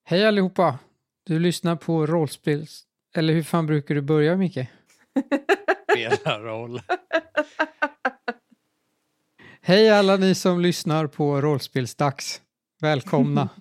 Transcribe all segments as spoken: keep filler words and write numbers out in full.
Hej allihopa! Du lyssnar på rollspel... Eller hur fan brukar du börja, Micke? Spelar roll. Hej alla ni som lyssnar på Rollspelsdags. Välkomna.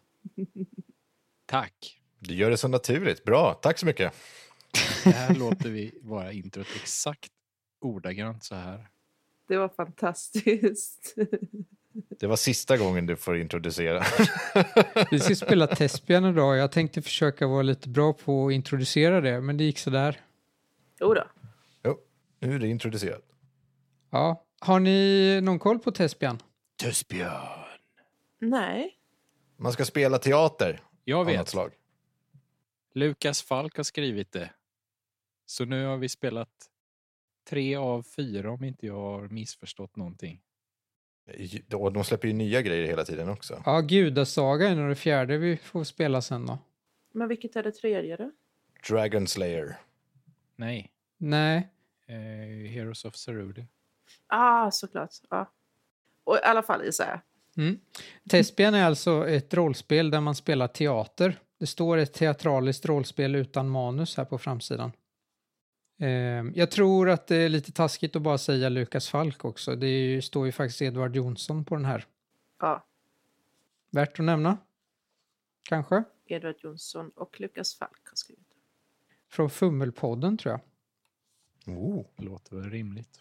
Tack. Du gör det så naturligt. Bra, tack så mycket. Det här låter vi vara introt exakt ordagrant så här. Det var fantastiskt. Det var sista gången du får introducera. Vi ska spela Thespian idag. Jag tänkte försöka vara lite bra på att introducera det, men det gick så där. Jo då. Jo, nu är det introducerat. Ja. Har ni någon koll på Thespian? Thespian. Nej. Man ska spela teater. Jag av något vet. slag. Lukas Falk har skrivit det. Så nu har vi spelat tre av fyra om inte jag har missförstått någonting. Och de släpper ju nya grejer hela tiden också. Ja, Gudasaga är nog det fjärde vi får spela sen då. Men vilket är det tredje då? Dragon Slayer. Nej. Nej. Eh, Heroes of Cerulean. Ah, såklart. Ja. Och i alla fall Isaiah. Mm. Thespian är alltså ett rollspel där man spelar teater. Det står ett teatraliskt rollspel utan manus här på framsidan. Eh, jag tror att det är lite taskigt att bara säga Lukas Falk också. Det är ju, står ju faktiskt Edvard Jonsson på den här. Ja. Värt att nämna? Kanske? Edvard Jonsson och Lukas Falk har skrivit. Från Fummelpodden tror jag. Oh. Låter väl rimligt.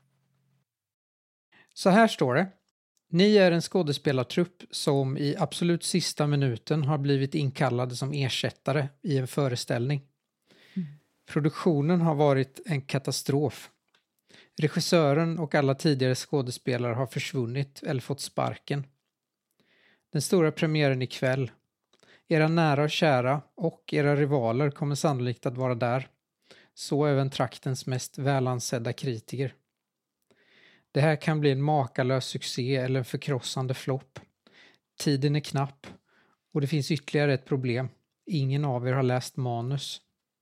Så här står det. Ni är en skådespelartrupp som i absolut sista minuten har blivit inkallade som ersättare i en föreställning. Mm. Produktionen har varit en katastrof. Regissören och alla tidigare skådespelare har försvunnit eller fått sparken. Den stora premiären ikväll. Era nära och kära och era rivaler kommer sannolikt att vara där. Så även traktens mest välansedda kritiker. Det här kan bli en makalös succé eller en förkrossande flopp. Tiden är knapp och det finns ytterligare ett problem. Ingen av er har läst manus.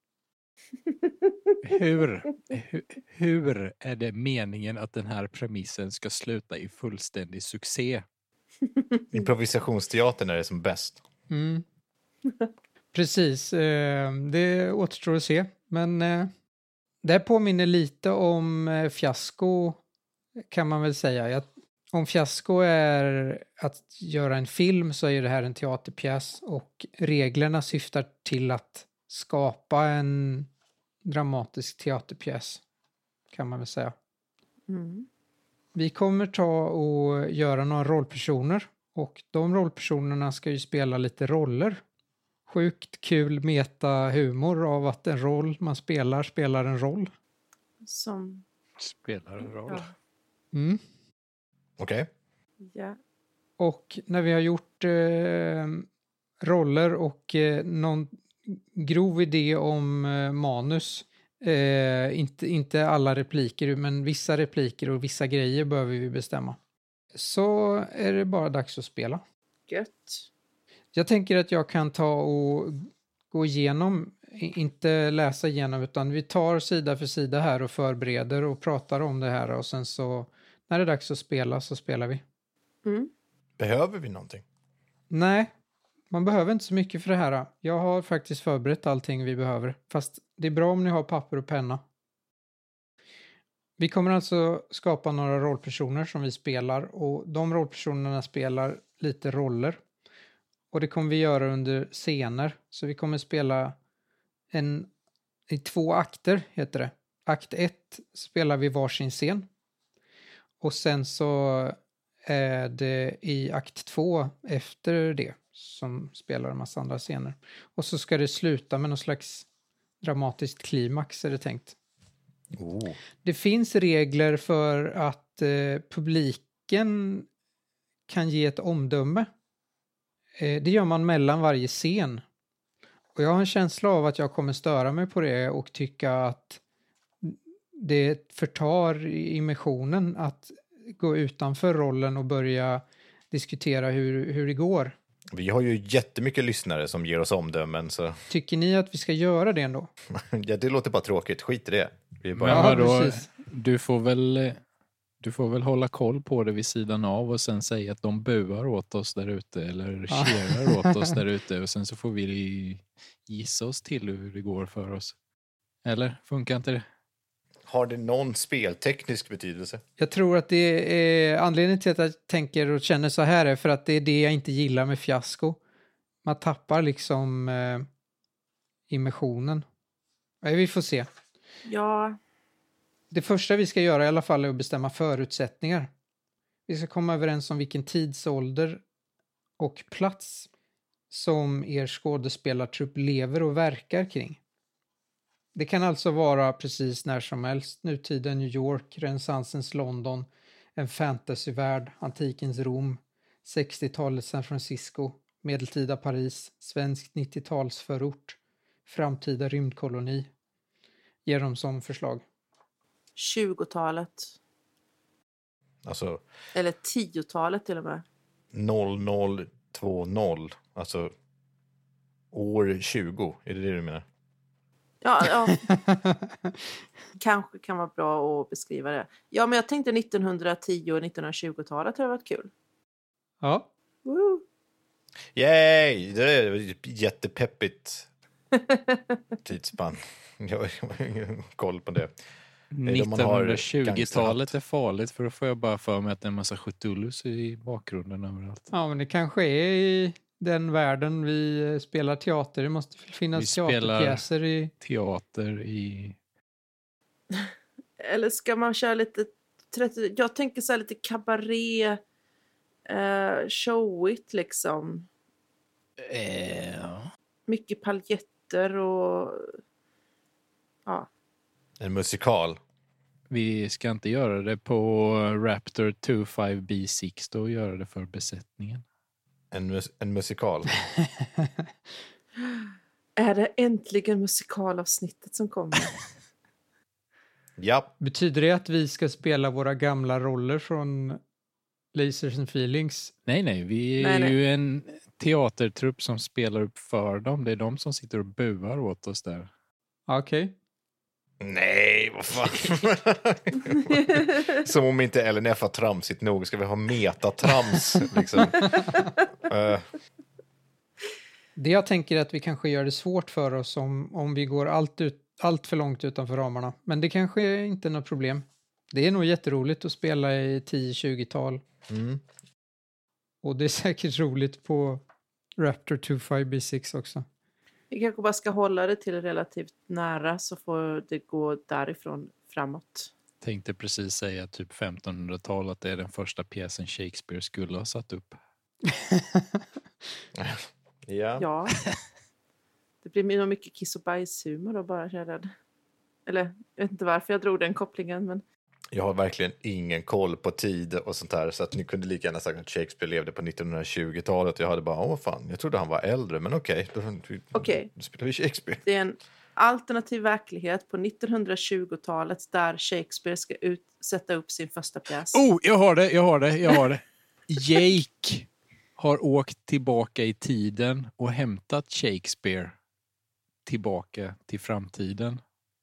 Hur, hur, hur är det meningen att den här premissen ska sluta i fullständig succé? Improvisationsteatern är det som bäst. Mm. Precis, det återstår att se. Men det här påminner lite om fiasko kan man väl säga. Om fiasko är att göra en film så är det här en teaterpjäs och reglerna syftar till att skapa en dramatisk teaterpjäs kan man väl säga. Mm. Vi kommer ta och göra några rollpersoner och de rollpersonerna ska ju spela lite roller. Sjukt kul meta-humor av att en roll man spelar spelar en roll. Som spelar en roll. Ja. Mm. Okej. Okay. Ja. Och när vi har gjort eh, roller och eh, någon grov idé om eh, manus, eh, inte, inte alla repliker men vissa repliker och vissa grejer behöver vi bestämma. Så är det bara dags att spela. Gött. Jag tänker att jag kan ta och gå igenom, inte läsa igenom utan vi tar sida för sida här och förbereder och pratar om det här och sen så när det är dags att spela så spelar vi. Mm. Behöver vi någonting? Nej, man behöver inte så mycket för det här. Jag har faktiskt förberett allting vi behöver. Fast det är bra om ni har papper och penna. Vi kommer alltså skapa några rollpersoner som vi spelar. Och de rollpersonerna spelar lite roller. Och det kommer vi göra under scener. Så vi kommer spela en, i två akter heter det. Akt ett spelar vi varsin scen. Och sen så är det i akt två efter det som spelar en massa andra scener. Och så ska det sluta med någon slags dramatiskt klimax är det tänkt. Oh. Det finns regler för att eh, publiken kan ge ett omdöme. Eh, det gör man mellan varje scen. Och jag har en känsla av att jag kommer störa mig på det och tycka att det förtar immersionen att gå utanför rollen och börja diskutera hur, hur det går. Vi har ju jättemycket lyssnare som ger oss omdömen. Så... Tycker ni att vi ska göra det ändå? Ja, det låter bara tråkigt. Skit i det. Vi bara... Men vadå, du får väl Du får väl hålla koll på det vid sidan av och sen säga att de buar åt oss där ute eller Ja. cheerar åt oss där ute och sen så får vi gissa oss till hur det går för oss. Eller? Funkar inte det? Har det någon spelteknisk betydelse? Jag tror att det är anledningen till att jag tänker och känner så här är för att det är det jag inte gillar med fiasko. Man tappar liksom eh, immersionen. Nej, vi får se. Ja, Det första vi ska göra i alla fall är att bestämma förutsättningar. Vi ska komma överens om vilken tidsålder och plats som er skådespelartrupp lever och verkar kring. Det kan alltså vara precis när som helst, nutiden New York, renässansens London, en fantasyvärld, antikens Rom, sextiotalet San Francisco, medeltida Paris, svensk nittiotalsförort, framtida rymdkoloni. Ger dem som förslag. tjugotalet. Alltså Eller tiotalet till och med. noll noll två noll. Alltså år tjugo. Är det det du menar? Ja, ja. Kanske kan vara bra att beskriva det. Ja, men jag tänkte nittonhundratio och nittonhundratjugotalet hade varit kul. Ja. Woo! Yay! Det är ett jättepeppigt tidsspann. Jag har ingen koll på det. de man har nittonhundratjugotalet är farligt för då får jag bara för mig att det är en massa Cthulhus i bakgrunden överallt. Ja, men det kanske är i den världen vi spelar teater. Det måste finnas Vi spelar teaterpjäser i... teater i... Eller ska man köra lite trettio Jag tänker så här lite cabaret eh, showigt liksom. Eh, Mycket paljetter och ja. En musikal. vi ska inte göra det på Raptor tjugofem B sex då och göra det för besättningen. En, mus- en musikal. Är det äntligen musikalavsnittet som kommer? Ja. Betyder det att vi ska spela våra gamla roller från Lasers and Feelings? Nej, nej. Vi är Nej, nej. ju en teatertrupp som spelar upp för dem. Det är de som sitter och buar åt oss där. Okej. Nej, vad fan. Som om inte L N F har tramsigt nog. Ska vi ha metatrams liksom? uh. Det jag tänker är att vi kanske gör det svårt för oss om, om vi går allt, ut, allt för långt utanför ramarna. Men det kanske är inte något problem. Det är nog jätteroligt att spela i tio-tjugotal. Mm. Och det är säkert roligt på Raptor tjugofem B sex också. Vi kanske bara ska hålla det till relativt nära så får det gå därifrån framåt. Tänkte precis säga typ femtonhundratal att det är den första pjäsen Shakespeare skulle ha satt upp. Ja. Ja. Det blir nog mycket kiss och bajshumor då bara, jag är rädd. Eller, jag vet inte varför jag drog den kopplingen, men... Jag har verkligen ingen koll på tid och sånt där. Så att ni kunde lika gärna sagt att Shakespeare levde på nittonhundratjugotalet. Jag hade bara, åh fan, jag trodde han var äldre. Men okej, okay, då, Okej. då spelar vi Shakespeare. Det är en alternativ verklighet på nittonhundratjugotalet där Shakespeare ska ut, sätta upp sin första pjäs. Oh, jag har det, jag har det, jag har det. Jake har åkt tillbaka i tiden och hämtat Shakespeare tillbaka till framtiden.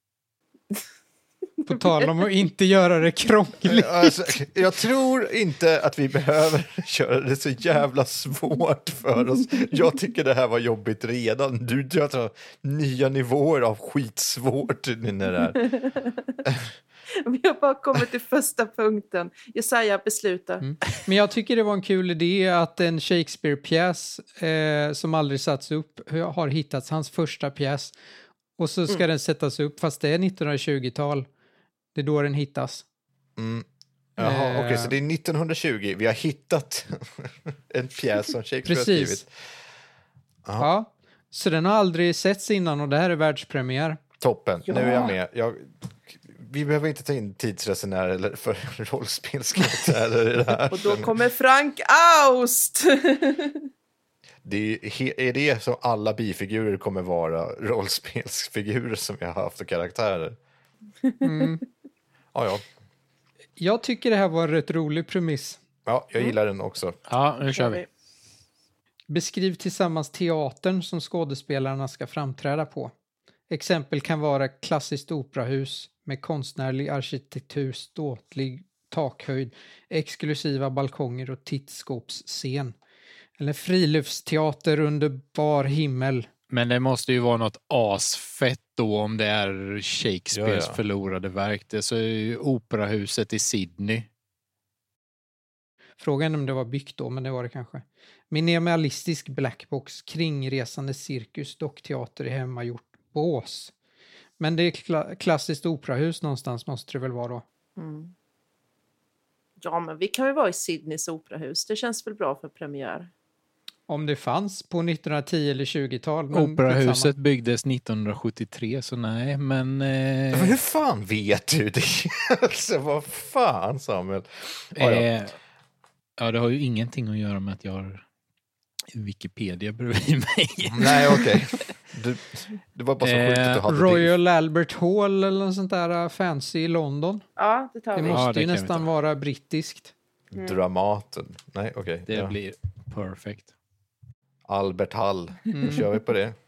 På tal om att inte göra det krångligt. Alltså, jag tror inte att vi behöver köra det så jävla svårt för oss. Jag tycker det här var jobbigt redan. Du tar nya nivåer av skitsvårt i det där. Vi har bara kommit till första punkten. Jesaja, besluta. Mm. Men jag tycker det var en kul idé att en Shakespeare-pjäs eh, som aldrig satts upp har hittats, hans första pjäs. Och så ska mm. den sättas upp fast det är nittonhundratjugotal. Det är då den hittas. Mm. Jaha, eh. okej, okay, så det är nittonhundratjugo. Vi har hittat en pjäs som Shakespeare har skrivit. Aha. Ja, så den har aldrig setts innan och det här är världspremiär. Toppen, ja. Nu är jag med. Jag, vi behöver inte ta in tidsresenärer eller för rollspelskaraktärer i det här. Och då kommer Frank Aust! Det är, är det som alla bifigurer kommer vara rollspelsfigurer som jag har haft och karaktärer? Mm. Ja, ja. Jag tycker det här var en rätt rolig premiss. Ja, jag gillar den också. Ja, nu kör vi. Beskriv tillsammans teatern som skådespelarna ska framträda på. Exempel kan vara klassiskt operahus med konstnärlig arkitektur, ståtlig takhöjd, exklusiva balkonger och tittskåpsscen. Eller friluftsteater under bar himmel. Men det måste ju vara något asfett då om det är Shakespeares Ja, ja. förlorade verk. Det så är ju operahuset i Sydney. Frågan är om det var byggt då, men det var det kanske. Minimalistisk blackbox, kringresande cirkus, dockteater i hemmagjort bås. Men det är kla- klassiskt operahus någonstans måste det väl vara då. Mm. Ja, men vi kan väl vara i Sydneys operahus. Det känns väl bra för premiär. Om det fanns på nittonhundratio eller tjugotal. Men Operahuset skitsamma. byggdes nittonhundrasjuttiotre, så nej, men... Eh, Men hur fan vet du det? Alltså, vad fan, Samuel? Ja, ja. eh, ja, det har ju ingenting att göra med att jag har Wikipedia bredvid mig. Nej, okej. Du, det var bara så sjukt att du hade Royal Albert Hall eller något sånt där fancy i London. Ja, det tar Det vi. måste Ja, ju det kan vi nästan ta. vara brittiskt. det. Dramaten. Nej, okej. Det Ja. blir perfect. Albert Hall. Mm. Då kör vi på det.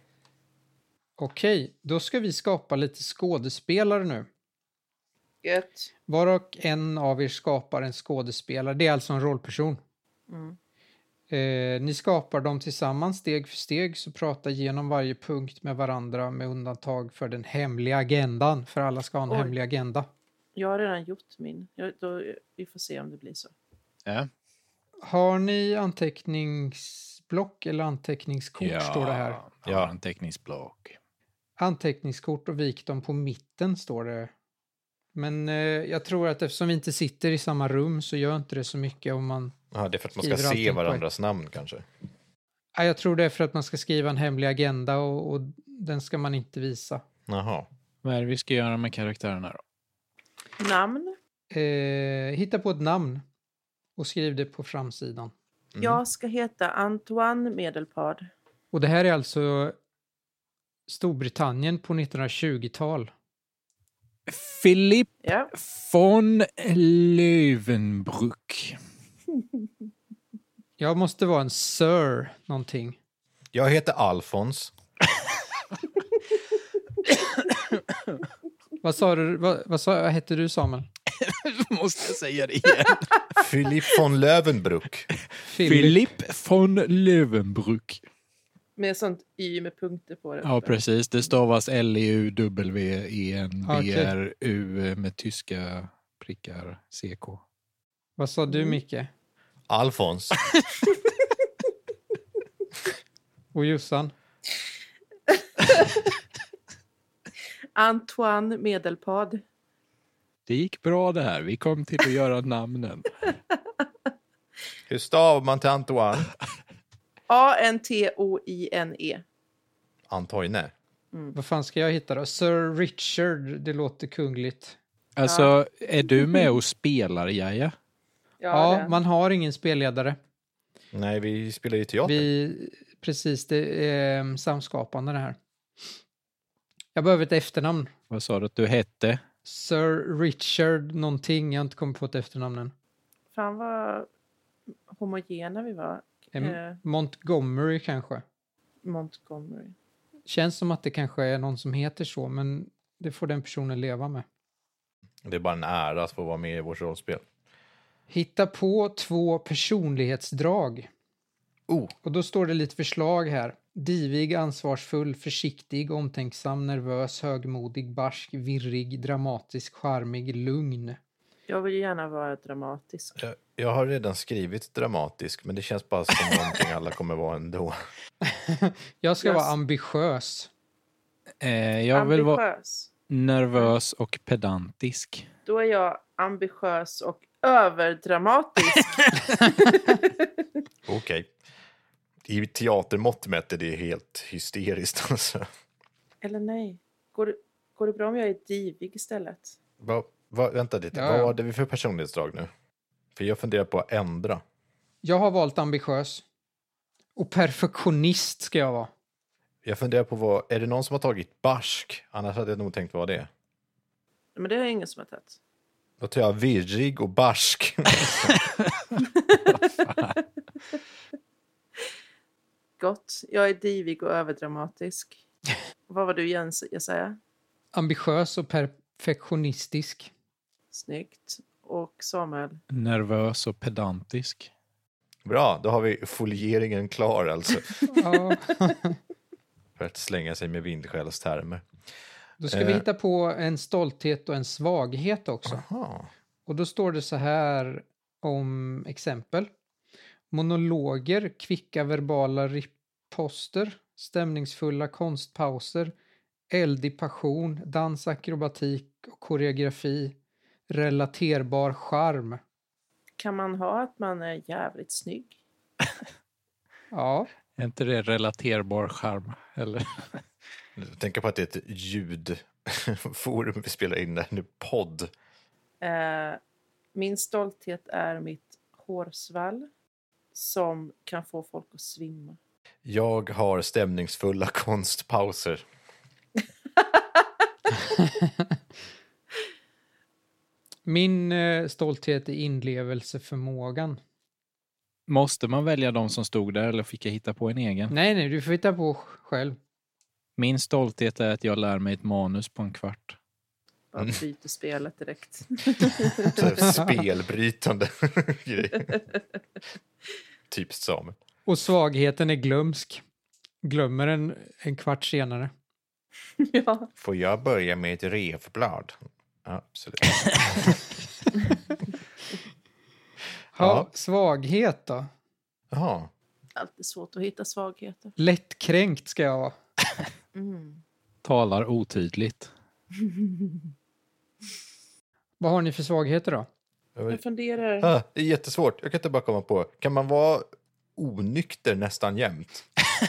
Okej, då ska vi skapa lite skådespelare nu. Gött. Var och en av er skapar en skådespelare. Det är alltså en rollperson. Mm. Eh, ni skapar dem tillsammans steg för steg, så prata igenom varje punkt med varandra med undantag för den hemliga agendan. För alla ska ha en Oj. hemlig agenda. Jag har redan gjort min. Jag, då, vi får se om det blir så. Ja. Har ni anteckningsblock eller anteckningskort står det här. Ja, Ja. anteckningsblock. Anteckningskort och vik dem på mitten står det. Men eh, jag tror att eftersom vi inte sitter i samma rum så gör inte det så mycket om man... Ja, det är för att man ska Skriver allting se på varandras namn kanske. Ja, jag tror det är för att man ska skriva en hemlig agenda och, och den ska man inte visa. Jaha. Vad är det vi ska göra med karaktärerna då? Namn. Eh, hitta på ett namn och skriv det på framsidan. Mm. Jag ska heta Antoine Medelpad. Och det här är alltså Storbritannien på nittonhundratjugotal. Philip Ja. von Löwenbruck. Jag måste vara en Sir någonting. Jag heter Alfons. Vad sa du? Vad, vad, sa, vad hette du, Samuel? Måste jag säga det igen? Philip von Löwenbruck. Philip von Löwenbruck. Med sånt Y med punkter på det. Ja, precis. Det stavas L E U W E N B Okej. R U med tyska prickar C K. Vad sa du, Mm. Micke? Alfons. Och Jossan? Antoine Medelpad. Det gick bra det här. Vi kom till att göra namnen. Hur stavar man till Antoine? A N T O I N E. Antoine. Vad fan ska jag hitta då? Sir Richard, det låter kungligt. Alltså, är du med och spelar, Jaja? Ja, det. man har ingen spelledare. Nej, vi spelar ju teater. Vi, precis, det är um, samskapande det här. Jag behöver ett efternamn. Vad sa du att du hette? Sir Richard någonting, jag har inte kommit på ett efternamn än. Fan vad homogena vi var. Em, Eh, Montgomery kanske. Montgomery. Känns som att det kanske är någon som heter så, men det får den personen leva med. Det är bara en ära att få vara med i vårt rollspel. Hitta på två personlighetsdrag. Oh, Och då står det lite förslag här. Divig, ansvarsfull, försiktig, omtänksam, nervös, högmodig, barsk, virrig, dramatisk, charmig, lugn. Jag vill gärna vara dramatisk. jag, jag har redan skrivit dramatisk, men det känns bara som någonting alla kommer vara ändå. Jag ska Yes. vara ambitiös. Eh, jag vill vara Ambitiös. nervös och pedantisk. Då är jag ambitiös och överdramatisk. Okej. I teatermått mätt är det helt hysteriskt alltså. Eller nej. Går det, går det bra om jag är divig istället? Va, va, vänta lite, Ja, vad ja. var det vi för personlighetsdrag nu? För jag funderar på att ändra. Jag har valt ambitiös. Och perfektionist ska jag vara. Jag funderar på vad, är det någon som har tagit barsk? Annars hade jag nog tänkt vad det är. Men det är ingen som har tagit. Då tar jag virrig och barsk. Gott. Jag är divig och överdramatisk. Vad var du Jens, jag säger? Ambitiös och perfektionistisk. Snyggt. Och Samuel? Nervös och pedantisk. Bra, då har vi folieringen klar alltså. Ja. För att slänga sig med vindskällstermer. Då ska vi Eh. hitta på en stolthet och en svaghet också. Aha. Och då står det så här om exempel. Monologer, kvicka verbala riposter, stämningsfulla konstpauser, eldig passion, dans, akrobatik och koreografi, relaterbar charm. Kan man ha att man är jävligt snygg? Ja, Är inte det relaterbar charm? Eller? Jag tänker på att det är ett ljudforum vi spelar in där nu, podd. Eh, min stolthet är mitt hårsvall som kan få folk att svimma. Jag har stämningsfulla konstpauser. min eh, stolthet är inlevelseförmågan. Måste man välja de som stod där eller fick jag hitta på en egen? Nej, nej, du får hitta på själv. Min stolthet är att jag lär mig ett manus på en kvart. Bara byter spelet direkt. Så spelbrytande grej. Typiskt Samuel. Och svagheten är glömsk. Glömmer en, en kvart senare. Ja. Får jag börja med ett revblad? Ja, absolut. Ha, Ja. svaghet då? Jaha. Alltid svårt att hitta svagheter. Lättkränkt ska jag vara. Mm. Talar otydligt. Vad har ni för svagheter då? Jag funderar. Ah, det är jättesvårt. Jag kan inte bara komma på. Kan man vara onykter nästan jämt?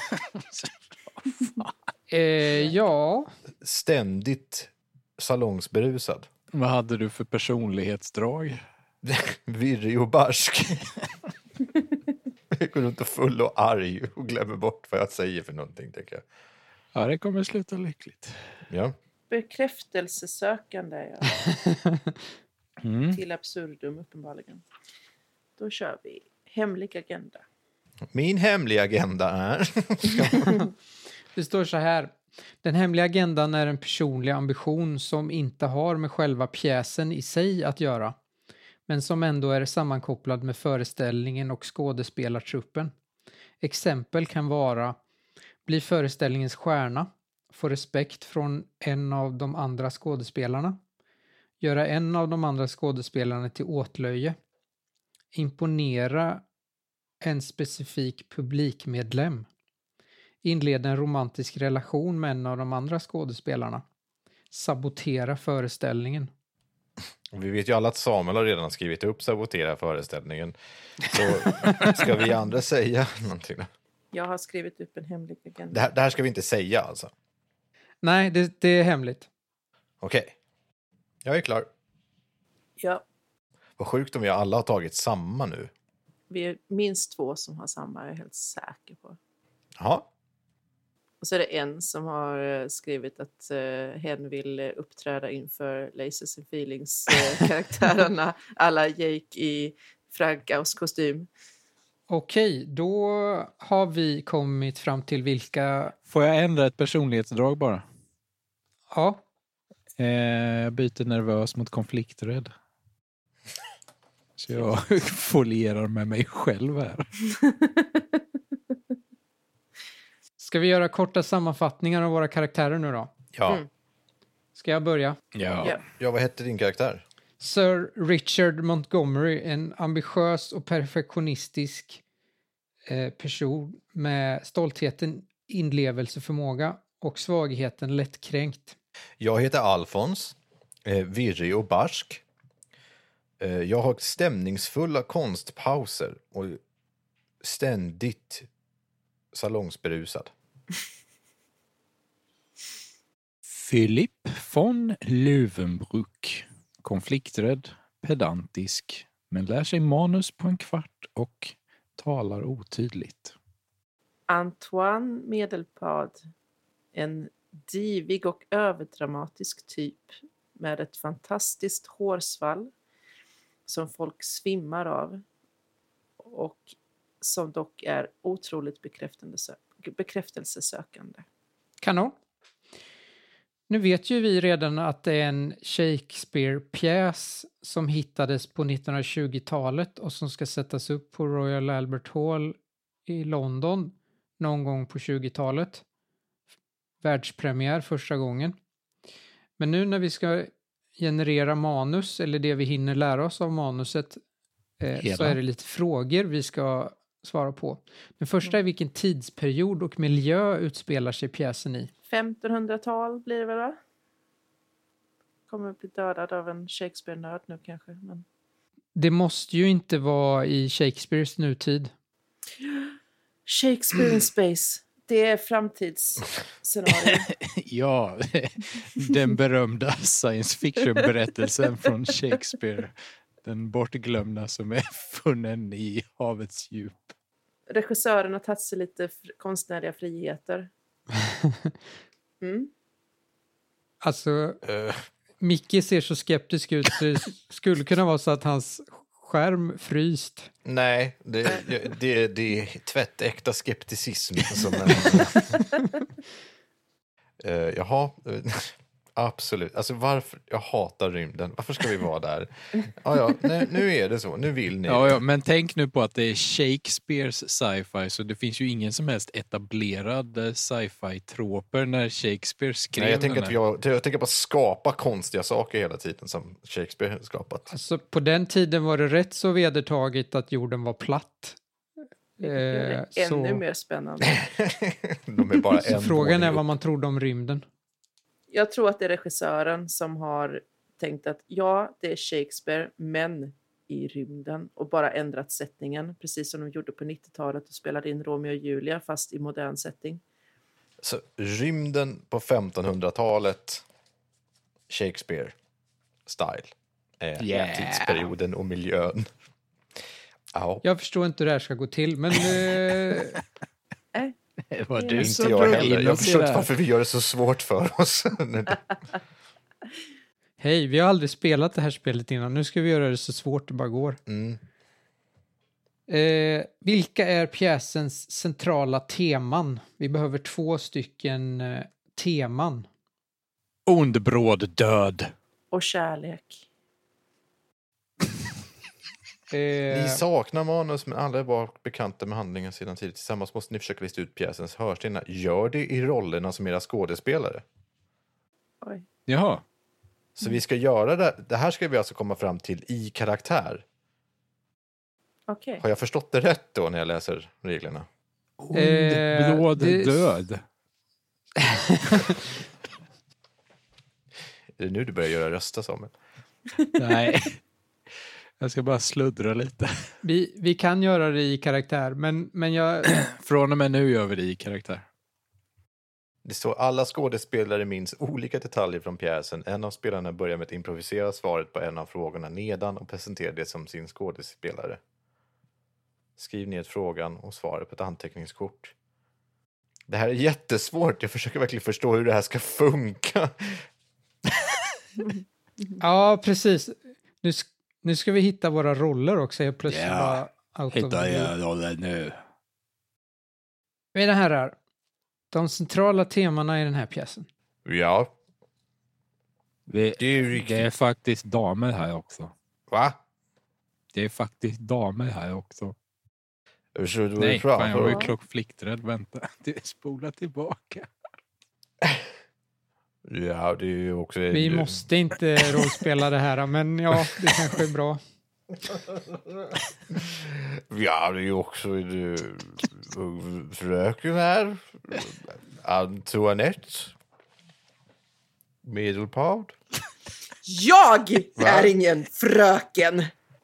Eh, ja, Ständigt salongsberusad. Vad hade du för personlighetsdrag? Virrig och barsk. Jag går runt och full och arg och glömmer bort vad jag säger för någonting, tänker jag. Ja, det kommer sluta lyckligt. Ja. Bekräftelsesökande är jag. Mm. Till absurdum uppenbarligen. Då kör vi hemlig agenda. Min hemliga agenda är... det står så här. Den hemliga agendan är en personlig ambition som inte har med själva pjäsen i sig att göra, men som ändå är sammankopplad med föreställningen och skådespelartruppen. Exempel kan vara: bli föreställningens stjärna, få respekt från en av de andra skådespelarna, göra en av de andra skådespelarna till åtlöje, imponera en specifik publikmedlem, inleda en romantisk relation med en av de andra skådespelarna, sabotera föreställningen. Vi vet ju alla att Samuel har redan skrivit upp sabotera föreställningen. Så ska vi andra säga någonting då? Jag har skrivit upp en hemlig agenda. Det här, det här ska vi inte säga alltså. Nej, det, det är hemligt. Okej. Jag är klar. Ja, Vad sjukt om vi alla har tagit samma nu. vi är minst två som har samma, jag är helt säker på. Jaha. Och så är det en som har eh, skrivit att uh, hen vill uh, uppträda inför Lasers and Feelings-karaktärerna alla Jake i Frankaus kostym. Okej, då har vi kommit fram till vilka... Får jag ändra ett personlighetsdrag bara? Ja, Eh, jag byter nervös mot konflikträdd. Så jag folierar med mig själv här. ska vi göra korta sammanfattningar av våra karaktärer nu då? Ja. Mm. Ska jag börja? Ja. Ja. Ja, vad hette din karaktär? Sir Richard Montgomery, en ambitiös och perfektionistisk eh, person med stoltheten, inlevelseförmåga och svagheten lättkränkt. Jag heter Alfons, eh, virrig och barsk. Eh, jag har stämningsfulla konstpauser och ständigt salongsberusad. Philip von Löwenbruck. Konflikträdd, pedantisk, men lär sig manus på en kvart och talar otydligt. Antoine Medelpad, en divig och överdramatisk typ med ett fantastiskt hårsvall som folk svimmar av och som dock är otroligt bekräftelsesökande. Kanon. Nu vet ju vi redan att det är en Shakespeare-pjäs som hittades på nittonhundratjugotalet och som ska sättas upp på Royal Albert Hall i London någon gång på tjugotalet. Världspremiär första gången. Men nu när vi ska generera manus, eller det vi hinner lära oss av manuset, eh, så är det lite frågor vi ska svara på. Den första är vilken tidsperiod och miljö utspelar sig pjäsen i? femtonhundratal blir det väl, va? Kommer bli dödad av en Shakespeare-nörd nu kanske. Men... Det måste ju inte vara i Shakespeares nutid. Shakespeare in space. Det är framtidsscenario. Ja, den berömda science fiction-berättelsen från Shakespeare. Den bortglömda som är funnen i havets djup. Regissören har tagit sig lite fr- konstnärliga friheter. Mm. Alltså, Uh, Micke ser så skeptisk ut så det skulle kunna vara så att hans skärm fryst. nej, det, det, det är tvättäkta skepticism. Som en, uh, jaha, uh, absolut. Alltså varför? Jag hatar rymden. Varför ska vi vara där? Ja, ja, nu, nu är det så. Nu vill ni. Ja, ja, men tänk nu på att det är Shakespeares sci-fi, så det finns ju ingen som helst etablerad sci-fi-troper när Shakespeare skrev Nej, jag tänker, den att här. jag, jag tänker bara skapa konstiga saker hela tiden som Shakespeare har skapat. Alltså, på den tiden var det rätt så vedertaget att jorden var platt. Det är Eh, ännu så, mer spännande. De är bara så en frågan är våning vad upp. man trodde om rymden. Jag tror att det är regissören som har tänkt att ja, det är Shakespeare, men i rymden. Och bara ändrat sättningen, precis som de gjorde på nittiotalet och spelade in Romeo och Julia, fast i modern setting. Så rymden på femtonhundratalet, Shakespeare-style, är Yeah. tidsperioden och miljön. Ja, Jag förstår inte hur det här ska gå till, men... Eh, Det var Det är du inte som jag drog heller. in Jag oss i förstår det inte här. varför vi gör det så svårt för oss. Hej, vi har aldrig spelat det här spelet innan. Nu ska vi göra det så svårt det bara går. Mm. Eh, vilka är pjäsens centrala teman? Vi behöver två stycken eh, teman. Ond bråd död. Och kärlek. Eh, Ni saknar manus, men alla är bara bekanta med handlingen sedan tidigt. Tillsammans måste ni försöka lista ut pjäsens hörstenar. Gör det i rollerna som era skådespelare. Oj. Jaha. Så vi ska göra det. Det här ska vi alltså komma fram till i karaktär. Okej. Har jag förstått det rätt då när jag läser reglerna? Ond Eh, bråd det- död. Är det nu du börjar göra röster, Samuel? Nej. Jag ska bara sluddra lite. vi, vi kan göra det i karaktär, men, men jag... Från och med nu gör vi det i karaktär. Det står alla skådespelare minns olika detaljer från pjäsen. En av spelarna börjar med att improvisera svaret på en av frågorna nedan och presenterar det som sin skådespelare. Skriv ner frågan och svaret på ett anteckningskort. Det här är jättesvårt. Jag försöker verkligen förstå hur det här ska funka. Ja, precis. Nu, sk- nu ska vi hitta våra roller också. Jag plötsligt Ja, bara out of the blue. rollen nu. Mina herrar, de centrala temana i den här pjäsen. Ja, Vi, det är ju riktigt. det är faktiskt damer här också. Va? Det är faktiskt damer här också. Jag förstår vad Nej, du pratar fan, jag var ju om. klockflikträdd. Vänta, det spola tillbaka. Ja, det är ju också... Vi måste inte rollspela det här, men ja, det kanske är bra. Ja, det är ju också du, fröken här. Antoinette. Medelpad. Jag Va? är ingen fröken!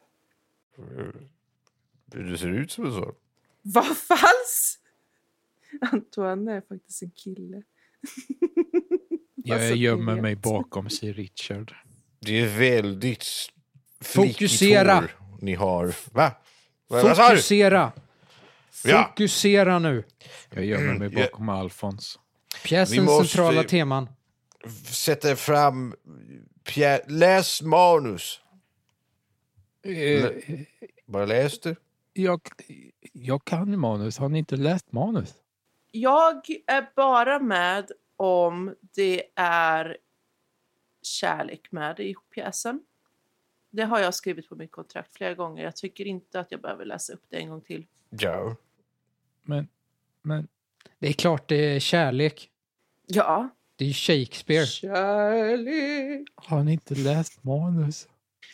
Du ser ut som en sån. Vad falskt! Antoine är faktiskt en kille. Jag Alltså, gömmer vet. mig bakom sig Richard. Det är väldigt Fokusera. flickigt hår ni har. Va? Va? Vad sa du? Fokusera! Ja. Fokusera nu! Jag gömmer mig Mm, ja. bakom Alfons. Pjäsens Vi måste- centrala teman. Sätter fram... Pjä... Läs manus. Eh, Bara läs det. jag, jag kan manus. Har ni inte läst manus? Jag är bara med om det är kärlek med i pjäsen. Det har jag skrivit på mitt kontrakt flera gånger. Jag tycker inte att jag behöver läsa upp det en gång till. Ja. Men, men... Det är klart det är kärlek. Ja. Det är ju Shakespeare. Kärlek. Har ni inte läst manus?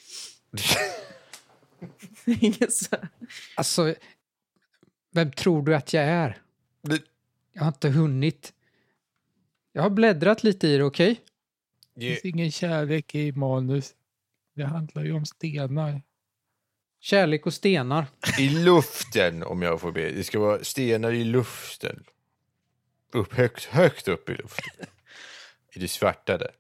Ingen så. Alltså, vem tror du att jag är? Det, Jag har inte hunnit. Jag har bläddrat lite i det, okej? Okay? Det finns ingen kärlek i manus. Det handlar ju om stenar. Kärlek och stenar. I luften, om jag får be. Det ska vara stenar i luften. Upp, högt, högt upp i luften. I det svarta där.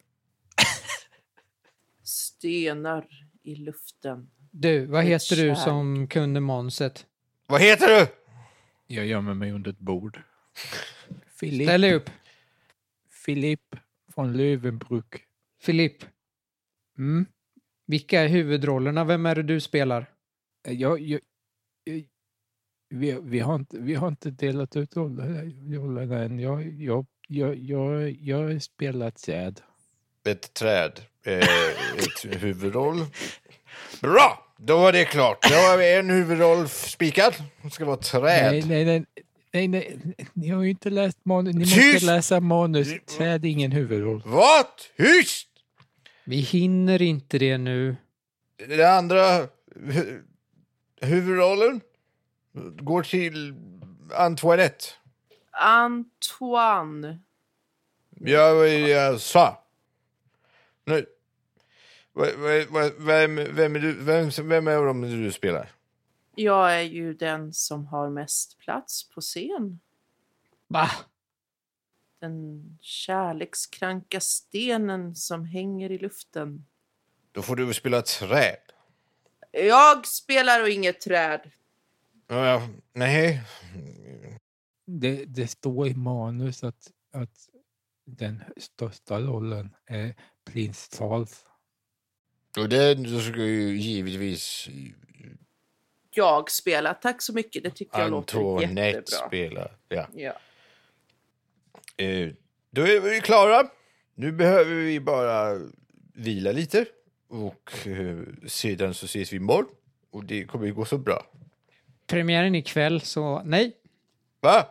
Stenar i luften. Du, vad Ett heter du kärlek. som kunde manuset? Vad heter du? Jag gömmer mig under ett bord. Filip. Ställ dig upp. Filip från Löwenbruck. Filip, Mm. vilka är huvudrollerna? Vem är det du spelar? Jag, jag, jag, vi, vi, har inte, vi har inte delat ut rollerna än. Jag, jag, jag, jag, jag har spelat säd. Ett träd. Eh, ett huvudroll. Bra! Då var det klart. Då har vi en huvudroll spikad. Det ska vara träd. Nej, nej, nej. Nej, nej, ni har ju inte läst manus. Ni Tyst! måste läsa manus. Träd är ingen huvudroll. Vad? Tyst! Vi hinner inte det nu. Det andra hu- huvudrollen går till Antoinette. Antoine. Jag, jag sa. Nu. V- v- v- Vem, vem, är du, vem, vem är de du spelar? Jag är ju den som har mest plats på scen. Va? Den kärlekskranka stenen som hänger i luften. Då får du väl spela träd. Jag spelar och inget träd. Ja, nej. Det, det står i manus att, att den största rollen är prins Charles. Och den ska ju givetvis Jag spelar. Tack så mycket. Det tycker jag låter Antoinette jättebra. spela. Ja. Ja. Eh, då är vi klara. Nu behöver vi bara vila lite. Och eh, sedan så ses vi imorgon. Och det kommer ju gå så bra. Premiären ikväll, så nej. Va?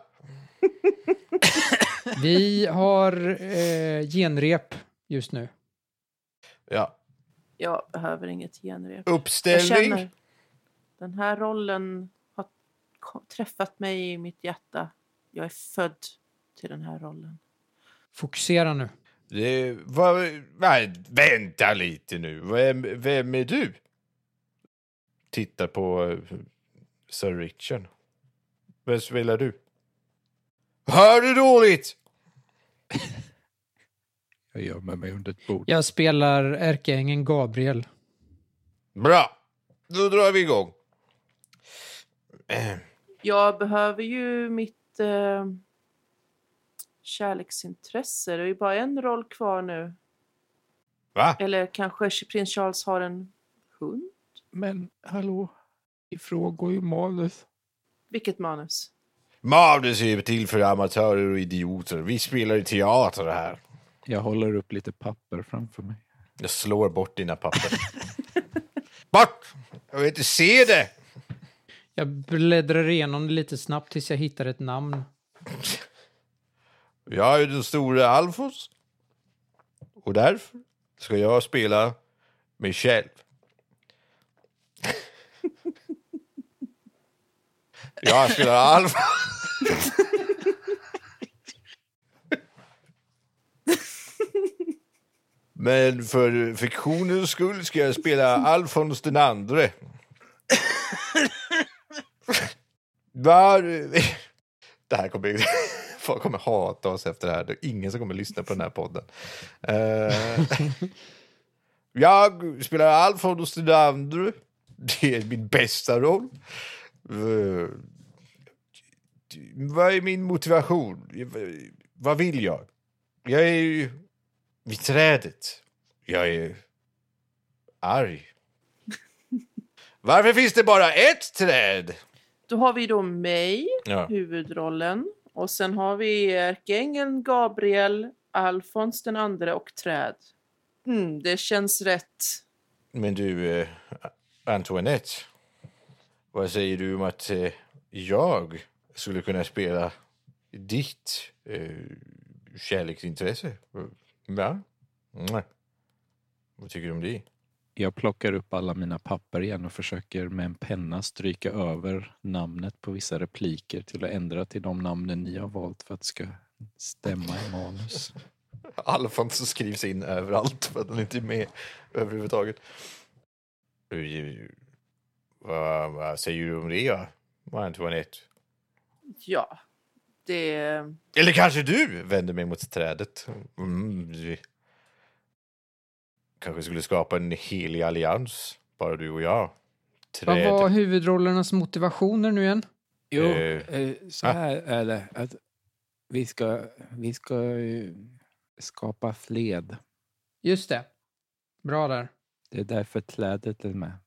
Vi har eh, genrep just nu. Ja. Jag behöver inget genrep. Jag Uppställning. känner den här rollen har ko- träffat mig i mitt hjärta. Jag är född till den här rollen. Fokusera nu. Det var, nej, vänta lite nu. Vem, vem är du? Titta på uh, Sir Richard. Vem spelar du? Hör du dåligt? Jag gömmer mig under ett bord. Jag spelar ärkeängeln Gabriel. Bra. Då drar vi igång. Eh, Jag behöver ju mitt eh, kärleksintresse. Det är ju bara en roll kvar nu. Va? Eller kanske prins Charles har en hund? Men hallå, vi frågar ju manus. Vilket manus? Manus är till för amatörer och idioter. Vi spelar i teater här. Jag håller upp lite papper framför mig. Jag slår bort dina papper. Bort! Jag vill inte se det! Jag bläddrar igenom det lite snabbt tills jag hittar ett namn. Jag är den stora Alfons. Och därför ska jag spela mig själv. Jag spelar Alfons. Men för fiktionens skull ska jag spela Alfons den andre. Var... Det här kommer... Folk kommer hata oss efter det här. Det är ingen som kommer lyssna på den här podden. Uh... Jag spelar Alfons den andre. Det är min bästa roll. Uh... Vad är min motivation? Vad vill jag? Jag är ju vid trädet. Jag är arg. Varför finns det bara ett träd? Då har vi då mig, Ja. huvudrollen. Och sen har vi ärkeängeln Gabriel Alfons den andra och träd. Mm, det känns rätt. Men du, eh, Antoinette, vad säger du om att eh, jag skulle kunna spela ditt eh, kärleksintresse? Ja? Nej. Vad tycker du om det? Jag plockar upp alla mina papper igen och försöker med en penna stryka över namnet på vissa repliker till att ändra till de namnen ni har valt för att det ska stämma i manus. Alfons skrivs in överallt för att han inte är med överhuvudtaget. Vad, vad säger du om det, ja? Antoinette? Ja, det... Eller kanske du vänder mig mot trädet. Mm, vi kanske skulle skapa en helig allians, bara du och jag. Vad Träd. var huvudrollernas motivationer nu igen? Jo, Eh, eh, så här är det. Att vi ska, vi ska eh, skapa fred. Just det. Bra där. Det är därför trädet är med.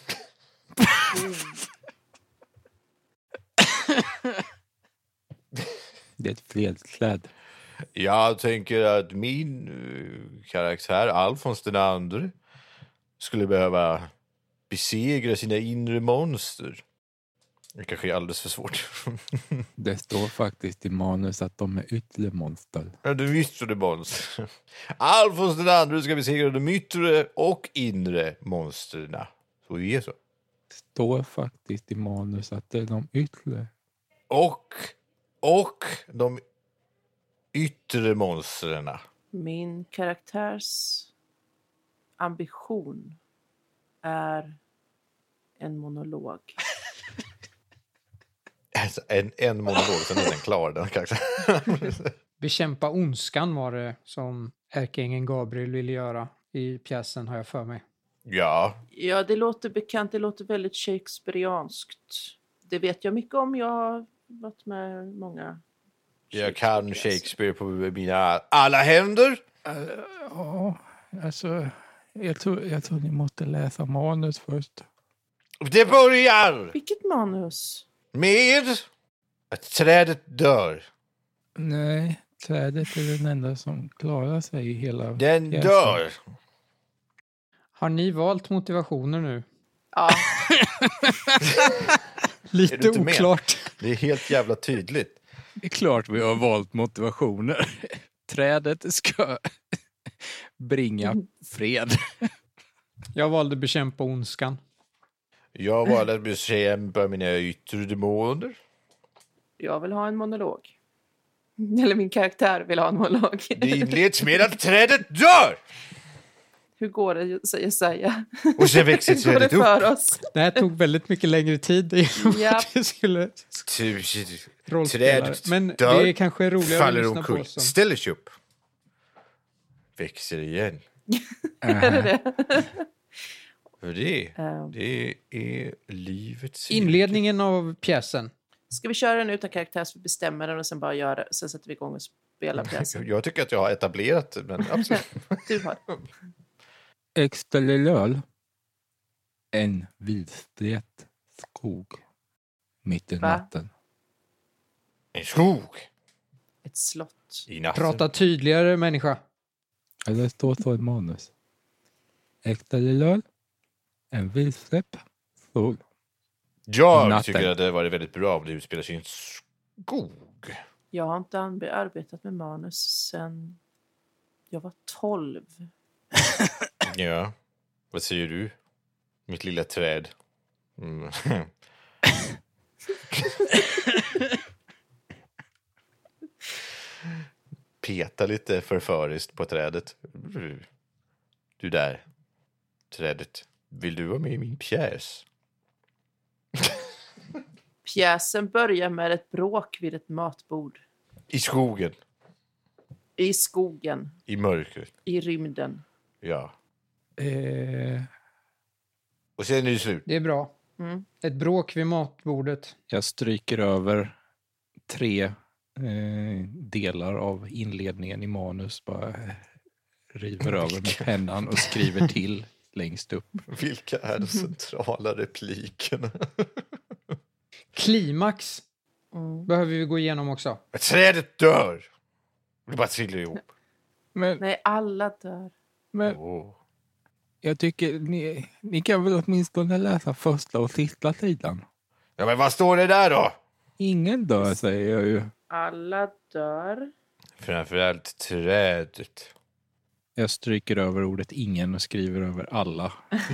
Det är ett fredskläd. Jag tänker att min uh, karaktär, Alfons den andre, skulle behöva besegra sina inre monster. Det kanske är alldeles för svårt. Det står faktiskt i manus att de är yttre monster. Ja, de yttre monster. Alfons den andre ska besegra de yttre och inre monsterna. Så är det så. Det står faktiskt i manus att det är de yttre. Och, och de yttre monsterna. Min karaktärs ambition är en monolog. Alltså, en, en monolog, sen är den klar. Den karaktären. Bekämpa ondskan var det som ärkeängeln Gabriel ville göra i pjäsen, har jag för mig. Ja, Ja, det låter bekant. Det låter väldigt shakespearianskt. Det vet jag mycket om. Jag har varit med många. jag kan Shakespeare på mina alla händer. Ja, alltså jag tror, jag tror ni måste läsa manus först. Det börjar Vilket manus? med att trädet dör. Nej, trädet är den enda som klarar sig i hela Den pjäsen. dör. Har ni valt motivationer nu? Ja, Är Lite du inte med? oklart. Det är helt jävla tydligt. Det är klart vi har valt motivationer. Trädet ska bringa fred. Jag valde bekämpa ondskan. Jag valde att bekämpa mina yttre demoner. jag vill ha en monolog. Eller min karaktär vill ha en monolog. Det inleds med att trädet dör. Hur går det, säger Saja? Och sen växer Hur går det trädet upp. för oss? Det här tog väldigt mycket längre tid genom Ja. att vi skulle Tusen rollspela. trädet Men dör, det är kanske roligare att faller lyssna omkull, på som... ställer sig upp. Växer igen. Är det det? För det, Ehm, det är livets cirkel. Inledningen av pjäsen. Ska vi köra den utan karaktär så vi bestämmer den och sen bara göra det? Sen sätter vi igång och spelar pjäsen. Jag tycker att jag har etablerat det, men absolut. Du har. Extelelöl. En vidsträckt skog. Mitt i Va? natten. En skog Ett slott. i natten. Prata tydligare, människa. Ja, det står så i manus. Extelelöl. En vidsträckt skog. Jag natten. tycker att det var väldigt bra om det utspelar sig i en skog. Jag har inte anbe- arbetat med manus sen jag var tolv. Ja, vad säger du? Mitt lilla träd. Mm. Peta lite förföriskt på trädet. Du där, trädet. Vill du vara med i min pjäs? Pjäsen börjar med ett bråk vid ett matbord. I skogen, I skogen. i mörkret. I rymden. Ja. Eh, Och sen är det slut. Det är bra. Mm. Ett bråk vid matbordet. jag stryker över tre eh, delar av inledningen i manus. Bara eh, river över med pennan och skriver till längst upp. Vilka är de centrala replikerna? Klimax Mm. behöver vi gå igenom också. Trädet dör. Det bara trillar ihop. Men, Nej, alla dör. men Åh. jag tycker ni, ni kan väl åtminstone läsa första och sista sidan. Ja, men vad står det där då? Ingen dör, säger jag ju. Alla dör. Framförallt trädet. Jag stryker över ordet ingen och skriver över alla.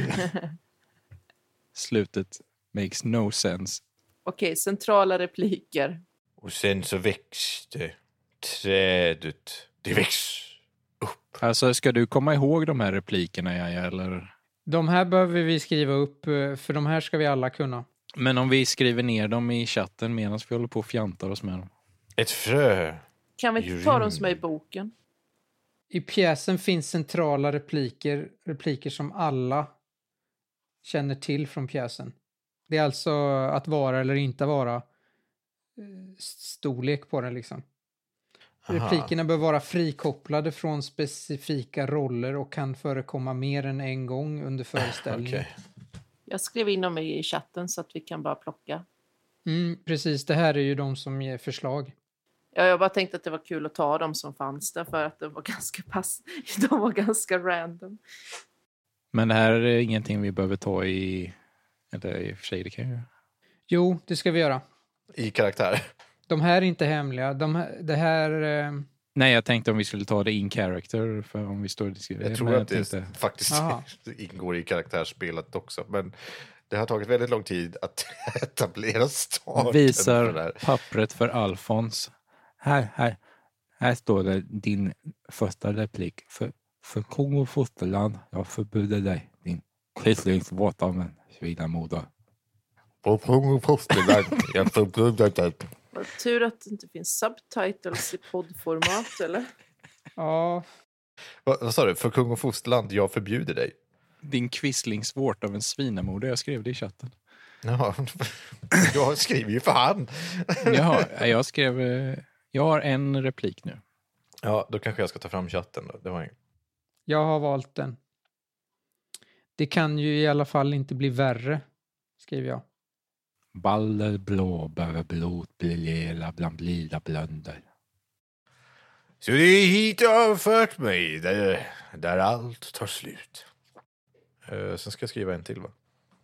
Slutet makes no sense. Okej, centrala repliker. Och sen så växte trädet. Det väx upp. Alltså, ska du komma ihåg de här replikerna, Jaja, eller? De här behöver vi skriva upp, eh, för de här ska vi alla kunna. Men om vi skriver ner dem i chatten medan vi håller på och fjantar oss med dem. Ett frö. Kan vi inte ta dem som är i boken? I pjäsen finns centrala repliker, repliker som alla känner till från pjäsen. Det är alltså att vara eller inte vara eh, storlek på den liksom. Aha. Replikerna bör vara frikopplade från specifika roller och kan förekomma mer än en gång under föreställningen. Okej. Jag skrev in dem i chatten så att vi kan bara plocka. Mm, precis, det här är ju de som ger förslag. Ja, jag bara tänkte att det var kul att ta dem som fanns där för att de var ganska pass de var ganska random. Men det här är ingenting vi behöver ta i... Eller i och för sig, det kan ju... Jo, det ska vi göra. I karaktär. De här är inte hemliga. De här, det här... Eh... Nej, jag tänkte om vi skulle ta det in character, för om vi står och diskuterar. Jag tror Men att det tänkte... faktiskt Aha. ingår i karaktärsspelet också. Men det har tagit väldigt lång tid att etablera starten. Visar för det här. pappret för Alfons. Här, här. Här står det din första replik. För, för kung och fosterland, jag förbjuder dig, din quislingsvåta men svidarmoder. På kung och fosterland, jag förbjuder dig. Vad tur att det inte finns subtitles i poddformat, eller? Ja, Vad, vad sa du? För kung och fosterland, jag förbjuder dig. Din quislingsvårt av en svinamoder, jag skrev det i chatten. Jaha, jag skriver ju för han. Jaha, jag skrev... eh, Jag har en replik nu. Ja, då kanske jag ska ta fram chatten då. Det var inget. jag har valt den. Det kan ju i alla fall inte bli värre, skriver jag. Baller blåbär, blod blir lila bland lila blönder. Så det är hit jag har fört mig, där, där allt tar slut. Uh, sen ska jag skriva en till, va?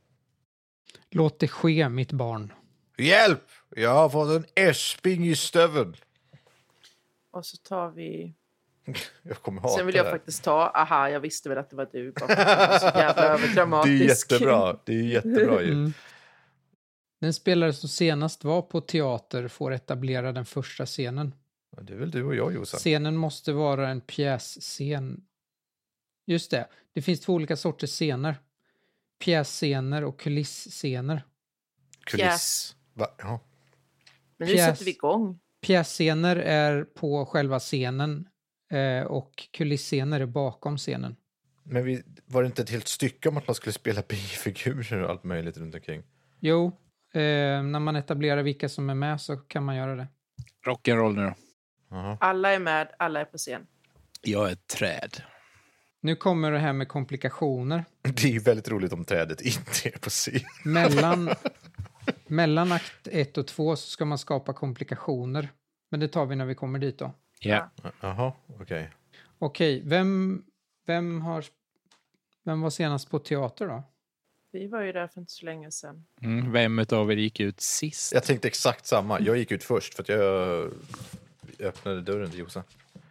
Låt det ske, mitt barn. Hjälp! Jag har fått en äsping i stöveln. Och så tar vi... Jag kommer hata Sen vill jag det här. faktiskt ta... Aha, jag visste väl att det var du. Bara för att det var så jävla överdramatisk. Det är jättebra. Det är jättebra ju. Mm. Den spelare som senast var på teater får etablera den första scenen. Ja, det är väl du och jag, Jossan. Scenen måste vara en pjässcen. Just det, det finns två olika sorters scener. Pjässcener och kulisscener. Kuliss. Va? Ja. Men nu Pjäs. sätter vi igång. Pjässcener är på själva scenen eh, och kulisscener är bakom scenen. Men vi, var det inte ett helt stycke om att man skulle spela bifigurer och allt möjligt runt omkring? Jo, eh, när man etablerar vilka som är med så kan man göra det. Rock'n'roll nu då. Aha. Alla är med, alla är på scen. Jag är ett träd. Nu kommer det här med komplikationer. Det är ju väldigt roligt om trädet inte är på scen. Mellan, mellan akt ett och två så ska man skapa komplikationer. Men det tar vi när vi kommer dit då. Ja. Jaha, okej. Okej, vem, vem, har, vem var senast på teater då? Vi var ju där för inte så länge sedan. Mm, vem utav er gick ut sist? Jag tänkte exakt samma. Jag gick ut först för att jag öppnade dörren till Jossan.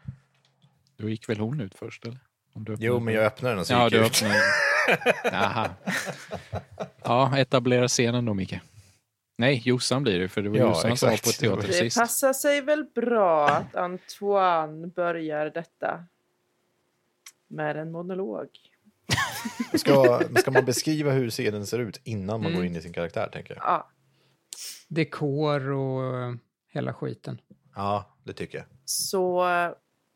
Då gick väl hon ut först, eller? Om du Jo, men jag öppnade den och så Ja, gick du jag ut. öppnade. Jaha. Ja, etablera scenen då, Micke. Nej, Jossan blir det, för det var Ja, Jossan som var exakt. på teater Det sist. passar sig väl bra att Antoine börjar detta med en monolog. Ska, ska man beskriva hur scenen ser ut innan man Mm. går in i sin karaktär, tänker jag? Ja, Dekor och eh, hela skiten. Ja, det tycker jag. så eh,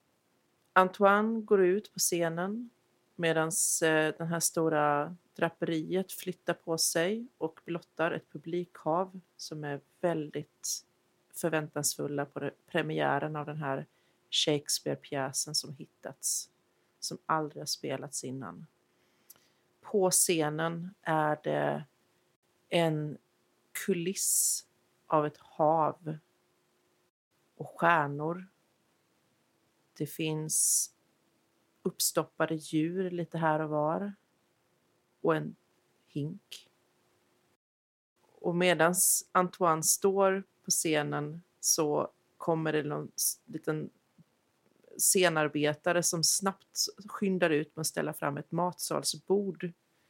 Antoine går ut på scenen medan eh, den här stora draperiet flyttar på sig och blottar ett publikhav som är väldigt förväntansfulla på det, premiären av den här Shakespeare-pjäsen som hittats, som aldrig har spelats innan. På scenen är det en kuliss av ett hav och stjärnor. Det finns uppstoppade djur lite här och var. Och en hink. Och medan Antoine står på scenen så kommer det någon liten scenarbetare som snabbt skyndar ut med att ställa fram ett matsalsbord.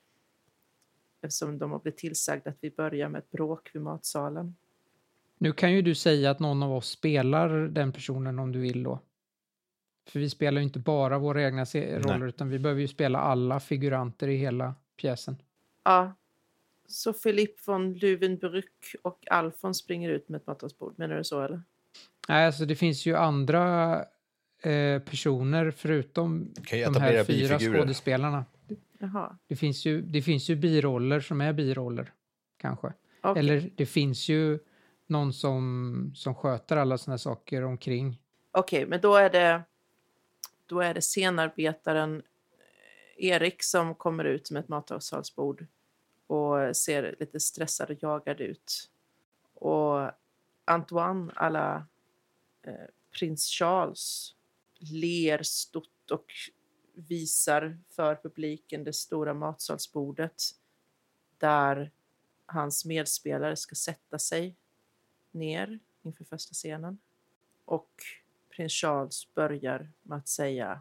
Eftersom de har blivit tillsagda att vi börjar med ett bråk vid matsalen. Nu kan ju du säga att någon av oss spelar den personen om du vill då. För vi spelar ju inte bara våra egna se- roller Nej. utan vi behöver ju spela alla figuranter i hela pjäsen. Ja. Så Philippe von Löwenbrück och Alfons springer ut med ett matsalsbord. Menar du så eller? Nej, alltså det finns ju andra eh, personer förutom Kan jag de här etablera fyra bifigurer? skådespelarna. Jaha. Det finns ju, det finns ju biroller som är biroller, kanske. Okej. Eller det finns ju någon som, som sköter alla såna här saker omkring. Okej, men då är det då är det scenarbetaren Erik som kommer ut med ett matsalsbord och ser lite stressad och jagad ut. Och Antoine alla eh, prins Charles ler stort och visar för publiken det stora matsalsbordet där hans medspelare ska sätta sig ner inför första scenen. Och prins Charles börjar med att säga: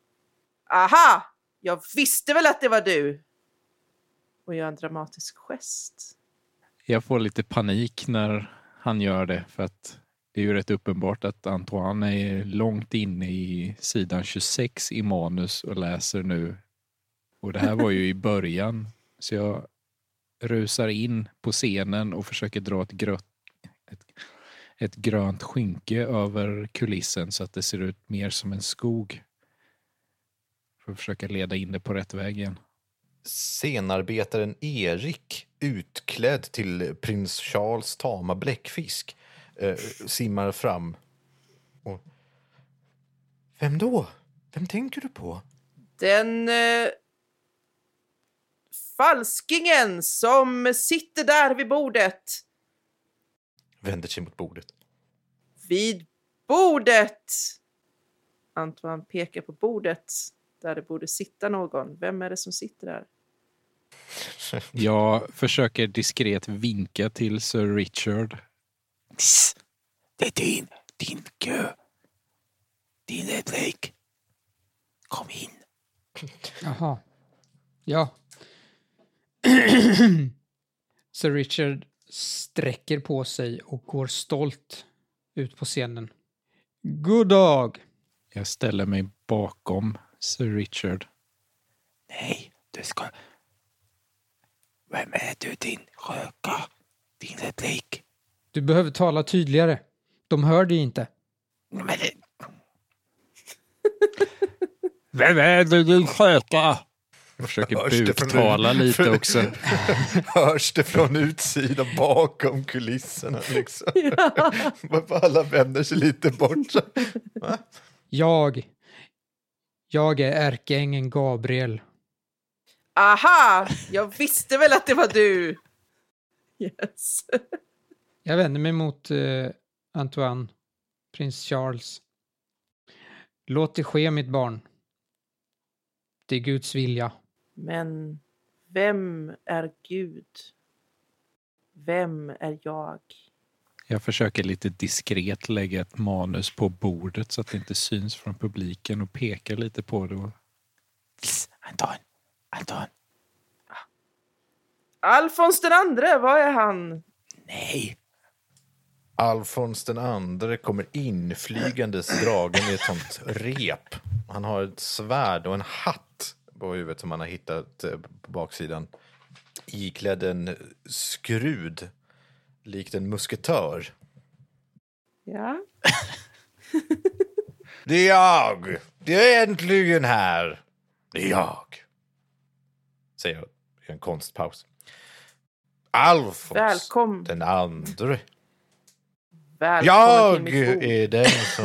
Aha! Jag visste väl att det var du! Och gör en dramatisk gest. Jag får lite panik när han gör det, för att det är ju rätt uppenbart att Antoine är långt inne i sidan tjugosex i manus och läser nu. Och det här var ju i början, så jag rusar in på scenen och försöker dra ett, grött, ett, ett grönt skynke över kulissen så att det ser ut mer som en skog. För att försöka leda in det på rätt väg igen. Scenarbetaren Erik, utklädd till prins Charles tama bläckfisk, eh, simmar fram. Och... Vem då? Vem tänker du på? Den eh, falskingen som sitter där vid bordet. Vänder sig mot bordet. Vid bordet! Antoine pekar på bordet där det borde sitta någon. Vem är det som sitter där? Jag försöker diskret vinka till Sir Richard. Tss, det är din, din kö. Din replik. Kom in. Jaha. Ja. Sir Richard sträcker på sig och går stolt ut på scenen. God dag! Jag ställer mig bakom Sir Richard. Nej, du ska... Vem är du, din röka? Din replik? Du behöver tala tydligare. De hör dig inte. Men det... Vem är du, din röka? Jag försöker Hörs det från buktala ut- lite också. Hörs det från utsidan bakom kulisserna liksom. Ja. Varför alla vänder sig lite bort. Så. Va? Jag. Jag är ärkeängeln Gabriel. Aha! Jag visste väl att det var du! Yes. Jag vänder mig mot eh, Antoine, prins Charles. Låt det ske, mitt barn. Det är Guds vilja. Men vem är Gud? Vem är jag? Jag försöker lite diskret lägga ett manus på bordet så att det inte syns från publiken och pekar lite på det. Och... Anton, Anton. Alfons den andre, vad är han? Nej. Alfons den andre kommer inflygandes dragen i ett sånt rep. Han har ett svärd och en hatt på huvudet som han har hittat eh, på baksidan. Iklädd en skrud likt en musketör. Ja. Det är jag! Det är äntligen här! Det är jag! Säger jag i en konstpaus. Alfons Välkommen. den andre. Välkommen Jag till mitt bord. är den som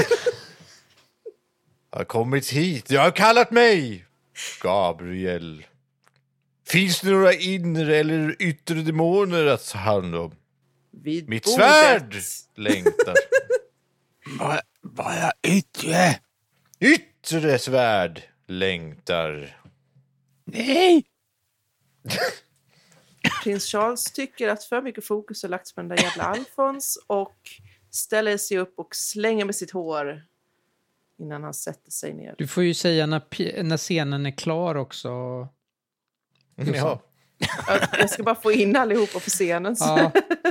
har kommit hit. Jag har kallat mig Gabriel. Finns det några inre eller yttre demoner att ta hand om? Vid Mitt bordet. svärd längtar. Bara, bara yttre. Yttre! yttre svärd längtar. Nej! Prins Charles tycker att för mycket fokus har lagts på den där jävla Alfons och ställer sig upp och slänger med sitt hår innan han sätter sig ner. Du får ju säga när, pi- när scenen är klar också. Ja. Jag ska bara få in allihopa på scenen. Så. Ja.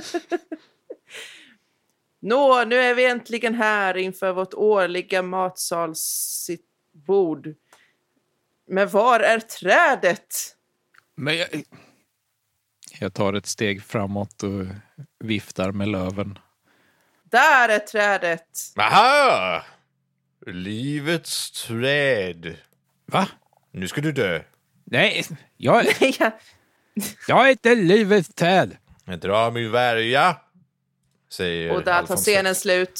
Nå, nu är vi äntligen här inför vårt årliga matsalsbord. Men var är trädet? Men jag, jag tar ett steg framåt och viftar med löven. Där är trädet. Aha! Livets träd. Va? Nu ska du dö. Nej, jag, Ja. jag är inte livets träd. Jag drar min värja, säger Och där tar Alfons. scenen slut.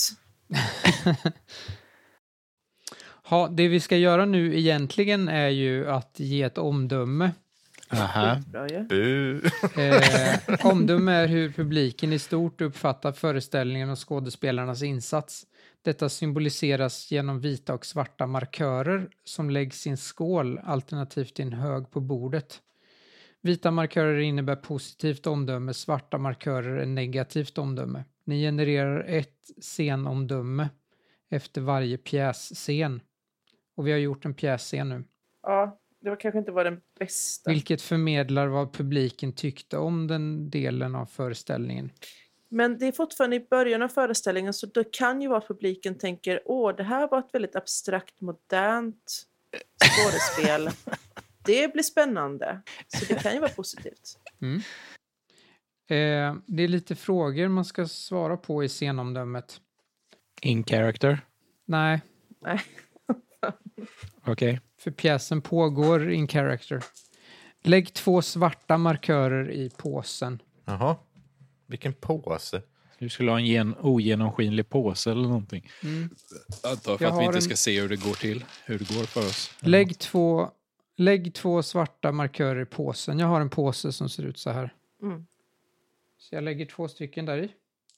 Ha, det vi ska göra nu egentligen är ju att ge ett omdöme. Aha. Bra ju. Bu. Eh, omdöme är hur publiken i stort uppfattar föreställningen och skådespelarnas insats. Detta symboliseras genom vita och svarta markörer som läggs i en skål alternativt i en hög på bordet. Vita markörer innebär positivt omdöme, svarta markörer är negativt omdöme. Ni genererar ett scenomdöme efter varje pjässcen. Och vi har gjort en pjässcen nu. Ja, det var kanske inte var den bästa. Vilket förmedlar vad publiken tyckte om den delen av föreställningen. Men det är fortfarande i början av föreställningen, så det kan ju vara att publiken tänker, åh, det här var ett väldigt abstrakt, modernt skådespel. Det blir spännande. Så det kan ju vara positivt. Mm. Eh, det är lite frågor man ska svara på i scenomdömet. In character. Nej, Nej. Okej. för pjäsen pågår in character. Lägg två svarta markörer i påsen. Jaha. Vilken påse. Du skulle ha en gen- ogenomskinlig påse eller någonting. Mm. Antar för Jag att vi har inte en- ska se hur det går till. Hur det går för oss. Lägg två, lägg två svarta markörer i påsen. Jag har en påse som ser ut så här. Mm. Så jag lägger två stycken där i.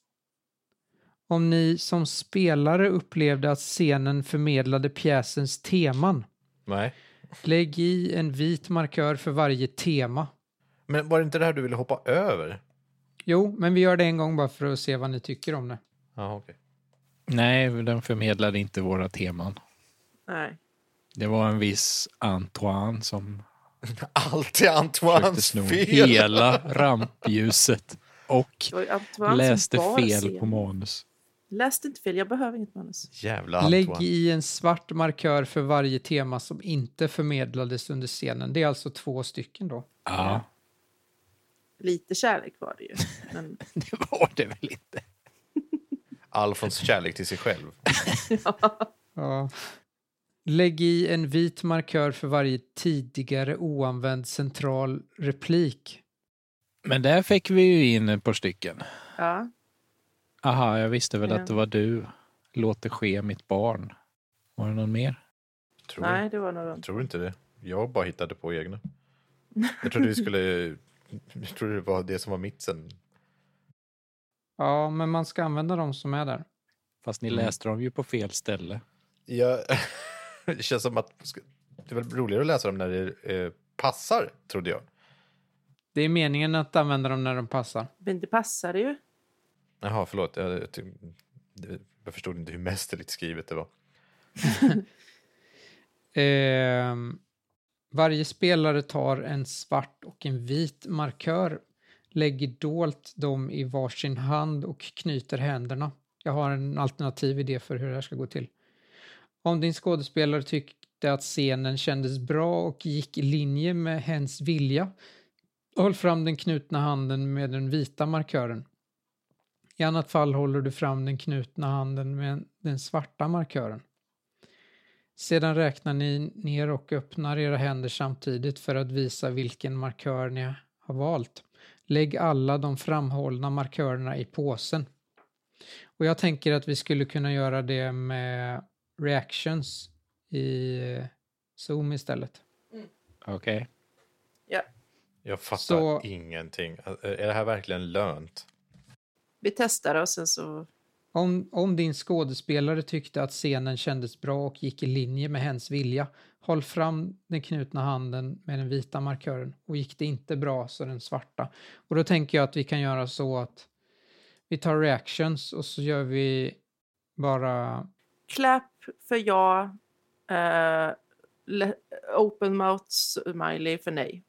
Om ni som spelare upplevde att scenen förmedlade pjäsens teman, Nej. lägg i en vit markör för varje tema. Men var det inte det här du ville hoppa över? Jo, men vi gör det en gång bara för att se vad ni tycker om det. Ja, okej. Nej, den förmedlade inte våra teman. Nej. Det var en viss Antoine som Allt är försökte Antoines sno fel. hela rampljuset och Det var ju Antoine läste som bar fel scenen. på manus. Läste inte fel, jag behöver inget manus. Jävla Lägg Antoine. i en svart markör för varje tema som inte förmedlades under scenen. Det är alltså två stycken då. Ja, Lite kärlek var det ju. Men det var det väl inte. Alfons kärlek till sig själv. Ja. Lägg i en vit markör för varje tidigare oanvänd central replik. Men där fick vi ju in ett par stycken. ja. Aha, jag visste väl Ja. att det var du. Låt det ske mitt barn. Var det någon mer? Tror, Nej, det var nog jag tror inte det. Jag bara hittade på egna. Jag trodde vi skulle... Jag trodde det var det som var mitsen. Ja, men man ska använda de som är där. Fast ni Mm. läste dem ju på fel ställe. Jag, det känns som att det är väl roligare att läsa dem när det eh, passar, trodde jag. Det är meningen att använda dem när de passar. Men det passade ju. Jaha, förlåt. Jag, jag, ty- jag förstod inte hur mästerligt skrivet det var. Ehm, varje spelare tar en svart och en vit markör, lägger dolt dem i varsin hand och knyter händerna. Jag har en alternativ idé för hur det här ska gå till. Om din skådespelare tyckte att scenen kändes bra och gick i linje med hens vilja, håll fram den knutna handen med den vita markören. I annat fall håller du fram den knutna handen med den svarta markören. Sedan räknar ni ner och öppnar era händer samtidigt för att visa vilken markör ni har valt. Lägg alla de framhållna markörerna i påsen. Och jag tänker att vi skulle kunna göra det med reactions i Zoom istället. Okej. Ja. Jag fattar Så- ingenting. Är det här verkligen lönt? Vi testade och sen så Om, om din skådespelare tyckte att scenen kändes bra och gick i linje med hens vilja, håll fram den knutna handen med den vita markören. Och gick det inte bra så den svarta. Och då tänker jag att vi kan göra så att vi tar reactions och så gör vi bara... Clap för ja. Uh, le- open mouth smiley för nej.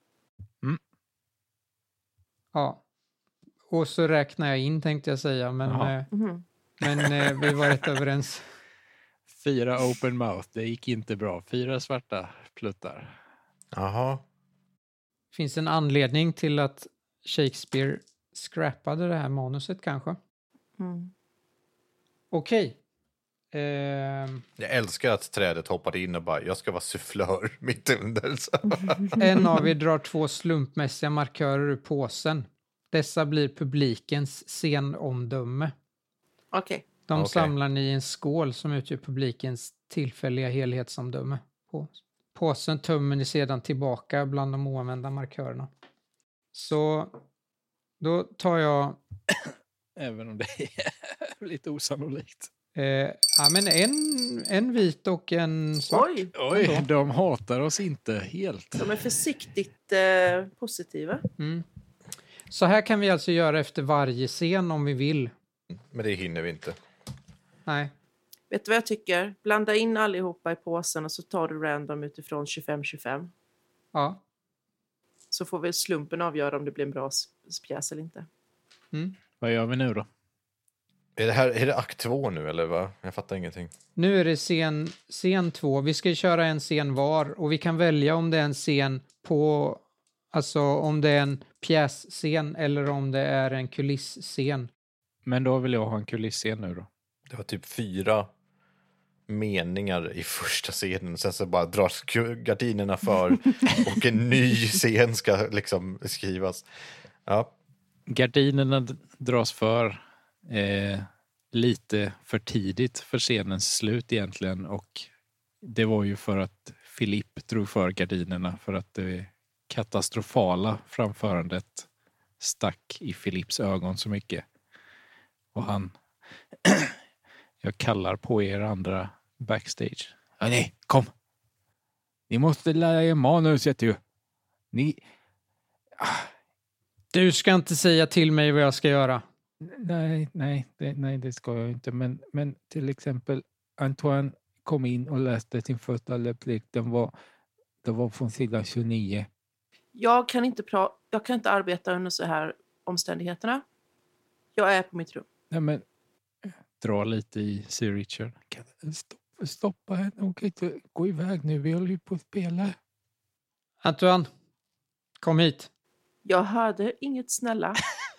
Ja. Och så räknar jag in tänkte jag säga. Men, Jaha. eh, Mhm. men eh, vi var rätt överens. Fyra open mouth, det gick inte bra. Fyra svarta pluttar. Jaha. Finns en anledning till att Shakespeare scrappade det här manuset kanske? Mm. Okej. Ehm, Jag älskar att trädet hoppade in och bara, jag ska vara sufflör mitt under. Så. en av er drar två slumpmässiga markörer ur påsen. Dessa blir publikens scenomdöme. Okej. De Okej. samlar ni i en skål som utgör publikens tillfälliga helhetsomdöme. På påsen tömmer ni sedan tillbaka bland de oanvända markörerna. Så då tar jag Även om det är lite osannolikt. eh, ja, men en, en vit och en svart. Oj, Oj, Ändå. de hatar oss inte helt. de är försiktigt eh, positiva. Mm. Så här kan vi alltså göra efter varje scen om vi vill. Men det hinner vi inte. Nej. Vet du vad jag tycker? Blanda in allihopa i påsen och så tar du random utifrån tjugofem tjugofem. Ja. Så får vi slumpen avgöra om det blir en bra s- pjäs eller inte. Mm. Vad gör vi nu då? Är det, här, är det akt två nu eller vad? Jag fattar ingenting. Nu är det scen, scen två. Vi ska köra en scen var och vi kan välja om det är en scen på, alltså om det är en pjässcen eller om det är en kulisscen. Men då vill jag ha en kulisscen nu då. Det var typ fyra meningar i första scenen. Sen så bara dras gardinerna för och en ny scen ska liksom skrivas. Ja, Gardinerna d- dras för eh, lite för tidigt för scenens slut egentligen. Och det var ju för att Philippe drog för gardinerna för att det katastrofala framförandet stack i Philips ögon så mycket. Och han... Jag kallar på er andra backstage. Hörni, kom! Ni måste lära er manuset ju. Ni... Du ska inte säga till mig vad jag ska göra. Nej, nej, det, nej, det ska jag inte. Men, men till exempel Antoine kom in och läste sin första replik. Den var, det var från sidan tjugonio. Jag kan inte, pra- jag kan inte arbeta under så här omständigheterna. Jag är på mitt rum. Nej, men dra lite i Sir Richard. Kan, stoppa, stoppa henne. Hon kan inte gå iväg nu. Vi håller ju på att spela. Antoine, kom hit. Jag hörde inget snälla.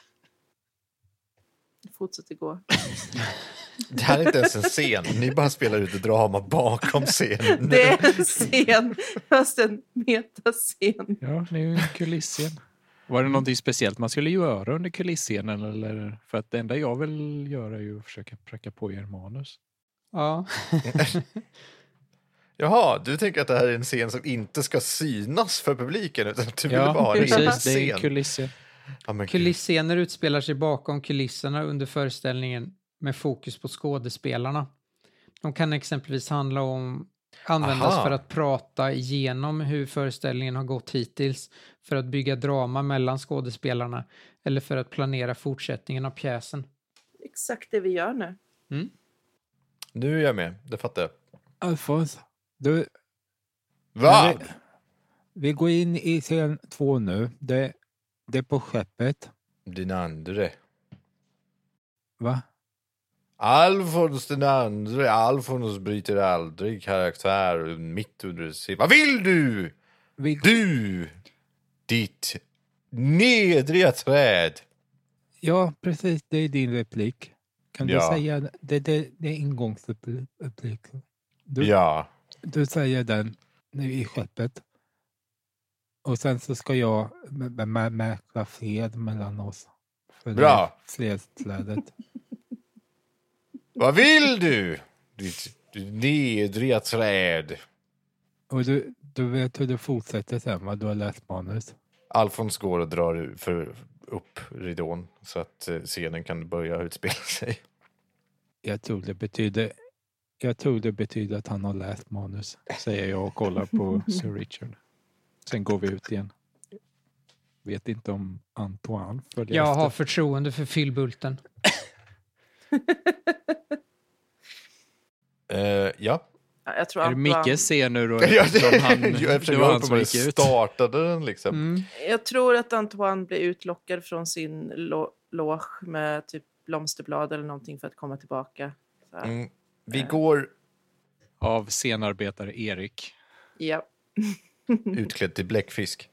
Fortsätter gå. det här är inte ens en scen. Ni bara spelar ut ett drama bakom scenen. Det är en scen. Fast en metascen. Ja, det är ju en kulisscen. Var det någonting speciellt man skulle göra under kulisscenen? Eller? För att det enda jag vill göra är ju att försöka pracka på er manus. Ja. Jaha, du tänker att det här är en scen som inte ska synas för publiken utan du vill Ja, bara ha en egen precis. Det är en scen. kulissen. Ja, men gud. Kulisscener utspelar sig bakom kulisserna under föreställningen med fokus på skådespelarna. De kan exempelvis handla om användas Aha. för att prata igenom hur föreställningen har gått hittills, för att bygga drama mellan skådespelarna eller för att planera fortsättningen av pjäsen. Exakt det vi gör nu. Mm. Nu är jag med, det fattar jag. Alfons, du, Vad? Vi, vi går in i scen två nu. Det, det är på skeppet. Din andre. Va? Alfons den andre. Alfons bryter aldrig karaktär mitt under scen. Vad vill du? Vi, Du! Ditt nedriga träd. ja, precis. Det är din replik. Kan Ja. du säga det? Det, det är ingångsreplik. Du, Ja. du säger den nu i skeppet. Och sen så ska jag mä- mä- mäkla fred mellan oss. För Bra. det fredsträdet. Vad vill du? Ditt, ditt nedriga träd. Och du, du vet hur det fortsätter sen, vad du har läst manus. Alfons går och drar för upp ridån så att eh, scenen kan börja utspela sig. Jag tror det betyder jag tror det betyder att han har läst manus, säger jag och kollar på Sir Richard. Sen går vi ut igen. Vet inte om Antoine följer Jag efter. har förtroende för Phil Bulten. Uh, ja. Ja, jag tror Är det Antoine- Micke ser nu då? Ja, eftersom han, jag, det eftersom var jag han som gick ut. startade den liksom. Mm. Jag tror att Antoine blir utlockad från sin lo- loge med typ blomsterblad eller någonting för att komma tillbaka. Så här. Mm. Vi går Av scenarbetare Erik. Ja. utklädd till bläckfisk.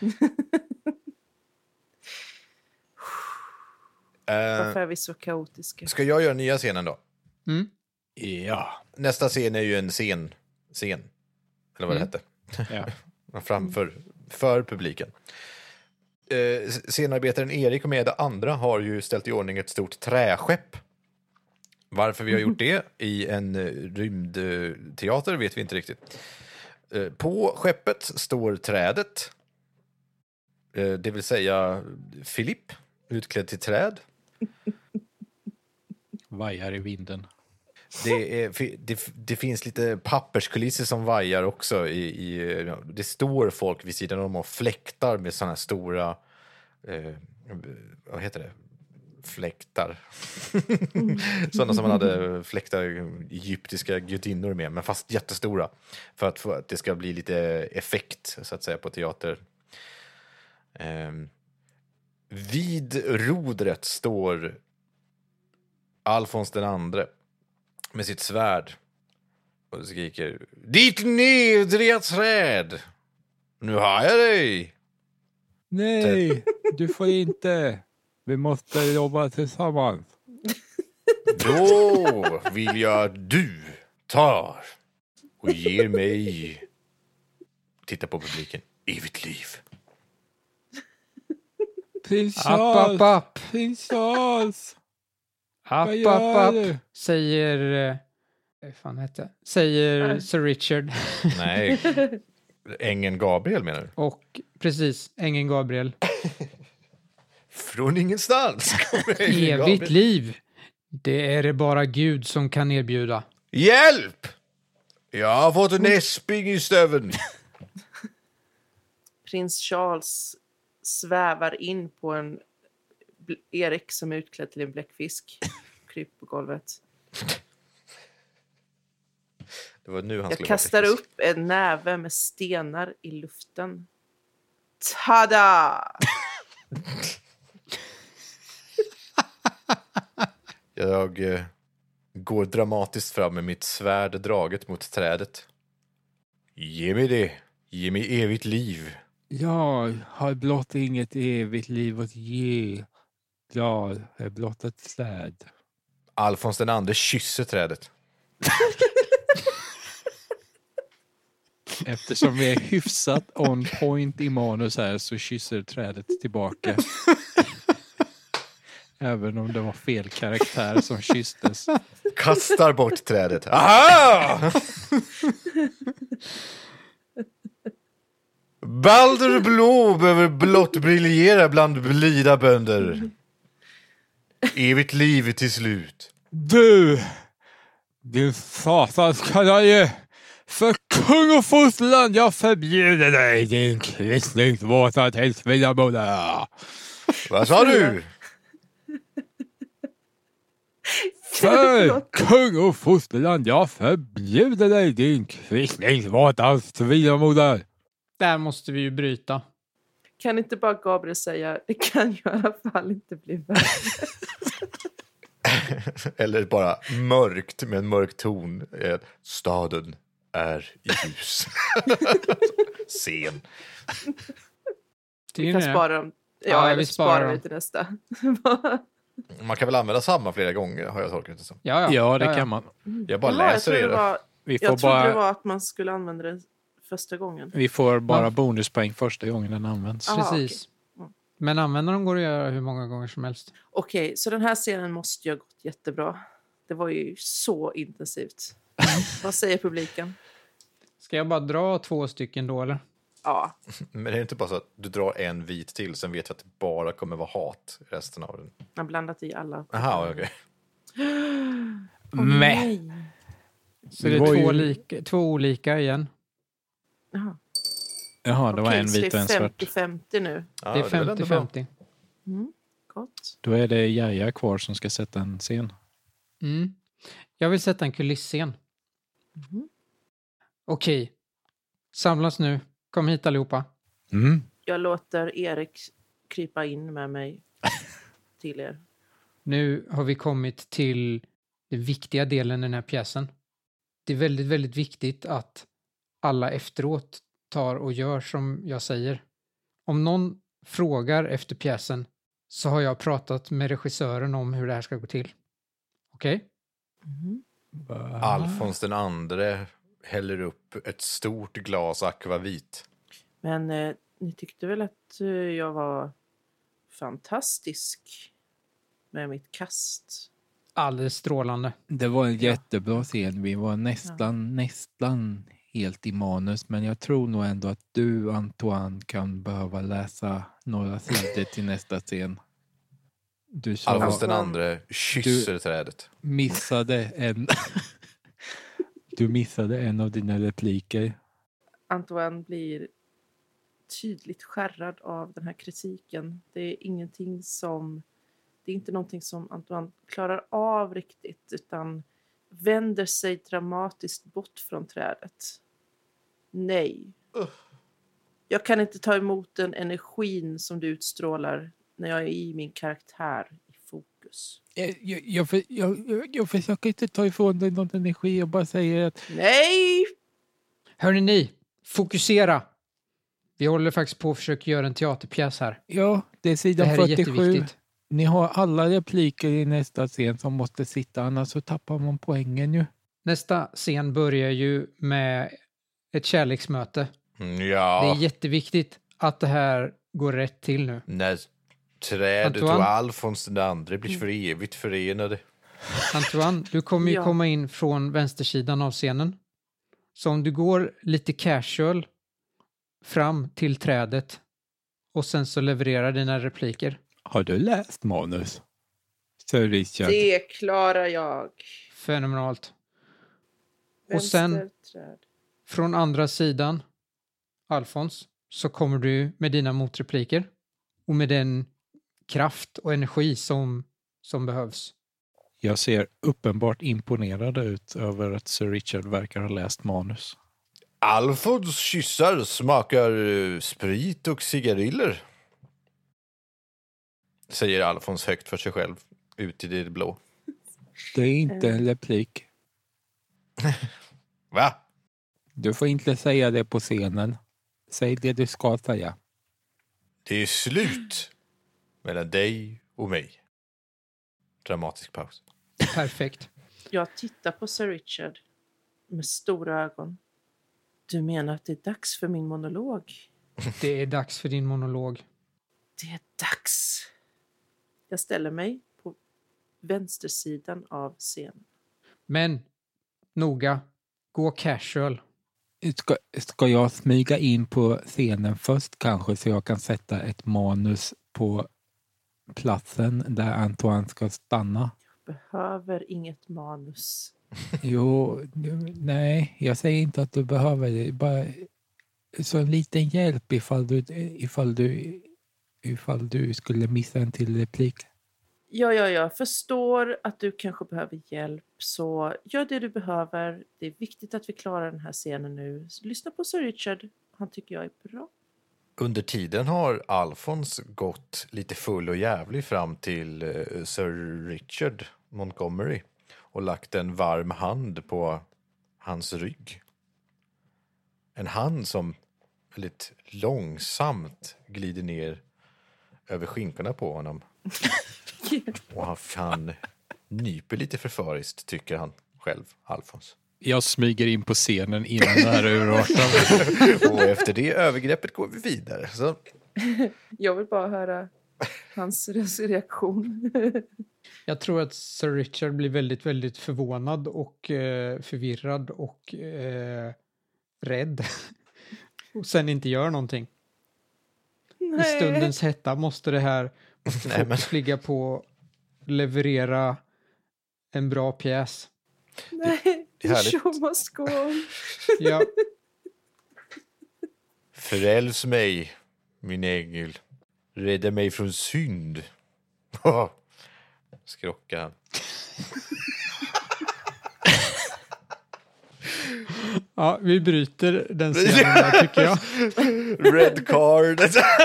Varför uh, är vi så kaotiska? ska jag göra nya scenen då? Mm. Ja. Nästa scen är ju en scen. Scen. Eller vad Mm. det hette. ja. Framför för publiken. Eh, scenarbetaren Erik och med det andra har ju ställt i ordning ett stort träskepp. Varför vi har gjort det i en eh, rymdteater vet vi inte riktigt. Eh, på skeppet står trädet. Eh, det vill säga Philip, utklädd till träd. Vajar i vinden. Det, är, det, det finns lite papperskulisser som vajar också. I, i, det står folk vid sidan om och fläktar med såna här stora... Eh, vad heter det? Fläktar. Sådana som man hade fläktar egyptiska gudinnor med, men fast jättestora. För att, för att det ska bli lite effekt, så att säga, på teater. Eh, vid rodret står Alfons den andre med sitt svärd och skriker: Ditt nedriga träd! Nu har jag dig! Nej, du får inte. Vi måste jobba tillsammans. Då vill jag att du tar och ger mig, titta på publiken, evigt liv. Prins App, Charles! app, app. Prins Charles! App, Vad app, gör app. du? Säger... eh, Vad fan hette? Säger Nej. Sir Richard. Nej, ängeln Gabriel menar du? Och precis, ängeln Gabriel. Från ingenstans kommer ängeln Evigt Gabriel. liv. Det är det bara Gud som kan erbjuda. Hjälp! Jag har fått en äsping i stöveln. Prins Charles svävar in på en bl- Erik som är utklädd till en bläckfisk. Kryp på golvet. Det var nu han Jag skulle kastar vara upp en näve med stenar i luften. Tada! Jag eh, går dramatiskt fram med mitt svärd draget mot trädet. Ge mig det. Ge mig evigt liv. Jag har blott inget evigt liv att ge. Jag är blott ett träd. Alfons den andre kysser trädet. Eftersom vi är hyfsat on point i manus här så kysser trädet tillbaka. Även om det var fel karaktär som kysstes. Kastar bort trädet. Aha! Balder blå behöver blott briljera bland blida bönder. Evigt liv till slut. Du! Din satans kanaje! För kung och fosterland, jag förbjuder dig, din kvistlingsvåta till svidamoder! Vad sa du? För kung och fosterland, jag förbjuder dig, din kvistlingsvåta svidamoder! Där måste vi ju bryta. Kan inte bara Gabriel säga det kan ju i alla fall inte bli värre. Eller bara mörkt med en mörk ton. Eh, Staden är i ljus. Scen. Det är Vi ju kan det. spara dem. Ja, Ja, eller vi så sparar sparar dem. vi till nästa. Man kan väl använda samma flera gånger, har jag tolkat det som. Ja, ja. Ja, det ja, ja. kan man. Jag bara Jaha, jag läser trodde det. det var, Vi får, jag trodde det bara, var att man skulle använda det första gången. vi får bara Ja. bonuspoäng första gången den används. Aha, Precis. okej. Mm. Men använda dem går att göra hur många gånger som helst. Okej, så den här scenen måste ju ha gått jättebra. Det var ju så intensivt. Vad säger publiken? Ska jag bara dra två stycken då, eller? Ja, Men det är inte bara så att du drar en vit till, sen vet jag att det bara kommer vara hat resten av den. jag har blandat i alla. Aha, okej. Åh, Mäh. nej. Så det är var två, ju- lika, två olika igen. Jaha. Jaha, det var Okej, en så vit det och är en svart. femtio femtio nu. Ja, det är väl ändå femtio bra. femtio. Mm. Gott. Då är det Jaja kvar som ska sätta en scen. Mm. Jag vill sätta en kulisscen. Mhm. Okej. Samlas nu. Kom hit allihopa. Mm. Jag låter Erik krypa in med mig till er. Nu har vi kommit till den viktiga delen i den här pjäsen. Det är väldigt, väldigt viktigt att alla efteråt tar och gör som jag säger. Om någon frågar efter pjäsen så har jag pratat med regissören om hur det här ska gå till. Okej? Mhm. Alfons den andre häller upp ett stort glas akvavit. Men eh, ni tyckte väl att eh, jag var fantastisk med mitt kast? Alldeles strålande. Det var en jättebra scen. Vi var nästan, nästan helt i manus. Men jag tror nog ändå att du, Antoine, kan behöva läsa några sidor till nästa scen. Du sa, Alfons den andre kysser Du- trädet. missade en... du missade en av dina repliker. Antoine blir tydligt skärrad av den här kritiken. Det är ingenting som... Det är inte någonting som Antoine klarar av riktigt, utan vänder sig dramatiskt bort från trädet. Nej. Jag kan inte ta emot den energin som du utstrålar när jag är i min karaktär i fokus. Jag, jag, jag, för- jag, jag, jag försöker inte ta ifrån dig någon energi. Jag bara säger att Nej! Hörrni ni, fokusera! Vi håller faktiskt på att försöka göra en teaterpjäs här. ja, det är Det sidan här är fyrtiosju. jätteviktigt. Ni har alla repliker i nästa scen som måste sitta, annars så tappar man poängen ju. Nästa scen börjar ju med ett kärleksmöte. Mm, Det är Ja, jätteviktigt att det här går rätt till nu. när trädet Antoine? och Alfons den andre blir för evigt förenade. Antoine, du kommer ju Ja. komma in från vänstersidan av scenen. Så om du går lite casual fram till trädet och sen så levererar dina repliker. Har du läst manus? Sir Richard. Det klarar jag. Fenomenalt. Och sen- Vänsterträd. Från andra sidan, Alfons, så kommer du med dina motrepliker och med den kraft och energi som, som behövs. Jag ser uppenbart imponerad ut över att Sir Richard verkar ha läst manus. Alfons kyssar smakar eh, sprit och cigariller. Säger Alfons högt för sig själv, ut i det blå. Det är inte en replik. Va? Du får inte säga det på scenen. Säg det du ska säga. Det är slut mellan dig och mig. Dramatisk paus. Perfekt. Jag tittar på Sir Richard med stora ögon. Du menar att det är dags för min monolog? Det är dags för din monolog. Det är dags. Jag ställer mig på vänstersidan av scenen. Men noga, gå casual. Ska, ska jag smyga in på scenen först kanske så jag kan sätta ett manus på platsen där Antoine ska stanna? Behöver inget manus. Jo, nej, jag säger inte att du behöver det. Bara så en liten hjälp ifall du, ifall du, ifall du skulle missa en till replik. Ja, ja, jag förstår att du kanske behöver hjälp. Så gör det du behöver. Det är viktigt att vi klarar den här scenen nu. Så lyssna på Sir Richard. Han tycker jag är bra. Under tiden har Alfons gått lite full och jävlig fram till eh, Sir Richard Montgomery och lagt en varm hand på hans rygg. En hand som väldigt långsamt glider ner över skinkorna på honom. Och han, han nyper lite förföriskt, tycker han själv, Alfons. Jag smyger in på scenen innan det här urartar. Och efter det övergreppet går vi vidare. Så Jag vill bara höra hans reaktion. Jag tror att Sir Richard blir väldigt, väldigt förvånad och eh, förvirrad och eh, rädd. Och sen inte gör någonting. I stundens hetta måste det här måste Nej, men- fokus ligga på leverera en bra pjäs. Nej, det är härligt. show must go on. Ja, Föräls mig, min ängel. Rädda mig från synd. Skrockar han. ja, vi bryter den scenen där, tycker jag. Red card.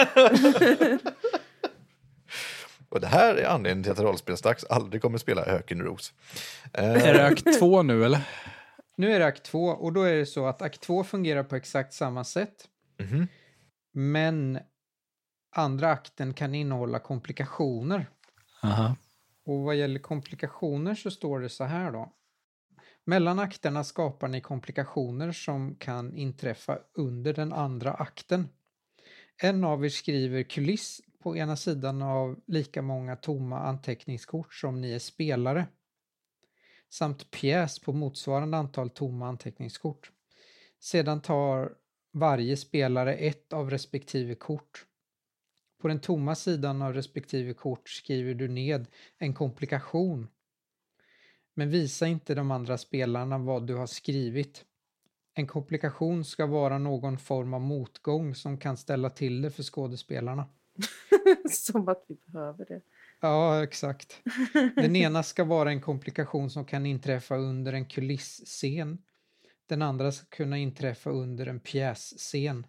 Och det här är anledningen till att rollspelsdags aldrig kommer spela Ökenros. Är det akt två nu eller? Nu är det akt två och då är det så att akt två fungerar på exakt samma sätt. Mhm. Men andra akten kan innehålla komplikationer. Aha. Och vad gäller komplikationer så står det så här då. Mellan akterna skapar ni komplikationer som kan inträffa under den andra akten. En av er skriver kuliss på ena sidan av lika många tomma anteckningskort som ni är spelare. Samt pjäs på motsvarande antal tomma anteckningskort. Sedan tar varje spelare ett av respektive kort. På den tomma sidan av respektive kort skriver du ned en komplikation. Men visa inte de andra spelarna vad du har skrivit. En komplikation ska vara någon form av motgång som kan ställa till det för skådespelarna. Som att vi behöver det. Ja, exakt. Den ena ska vara en komplikation som kan inträffa under en kulisscen. Den andra ska kunna inträffa under en pjässcen.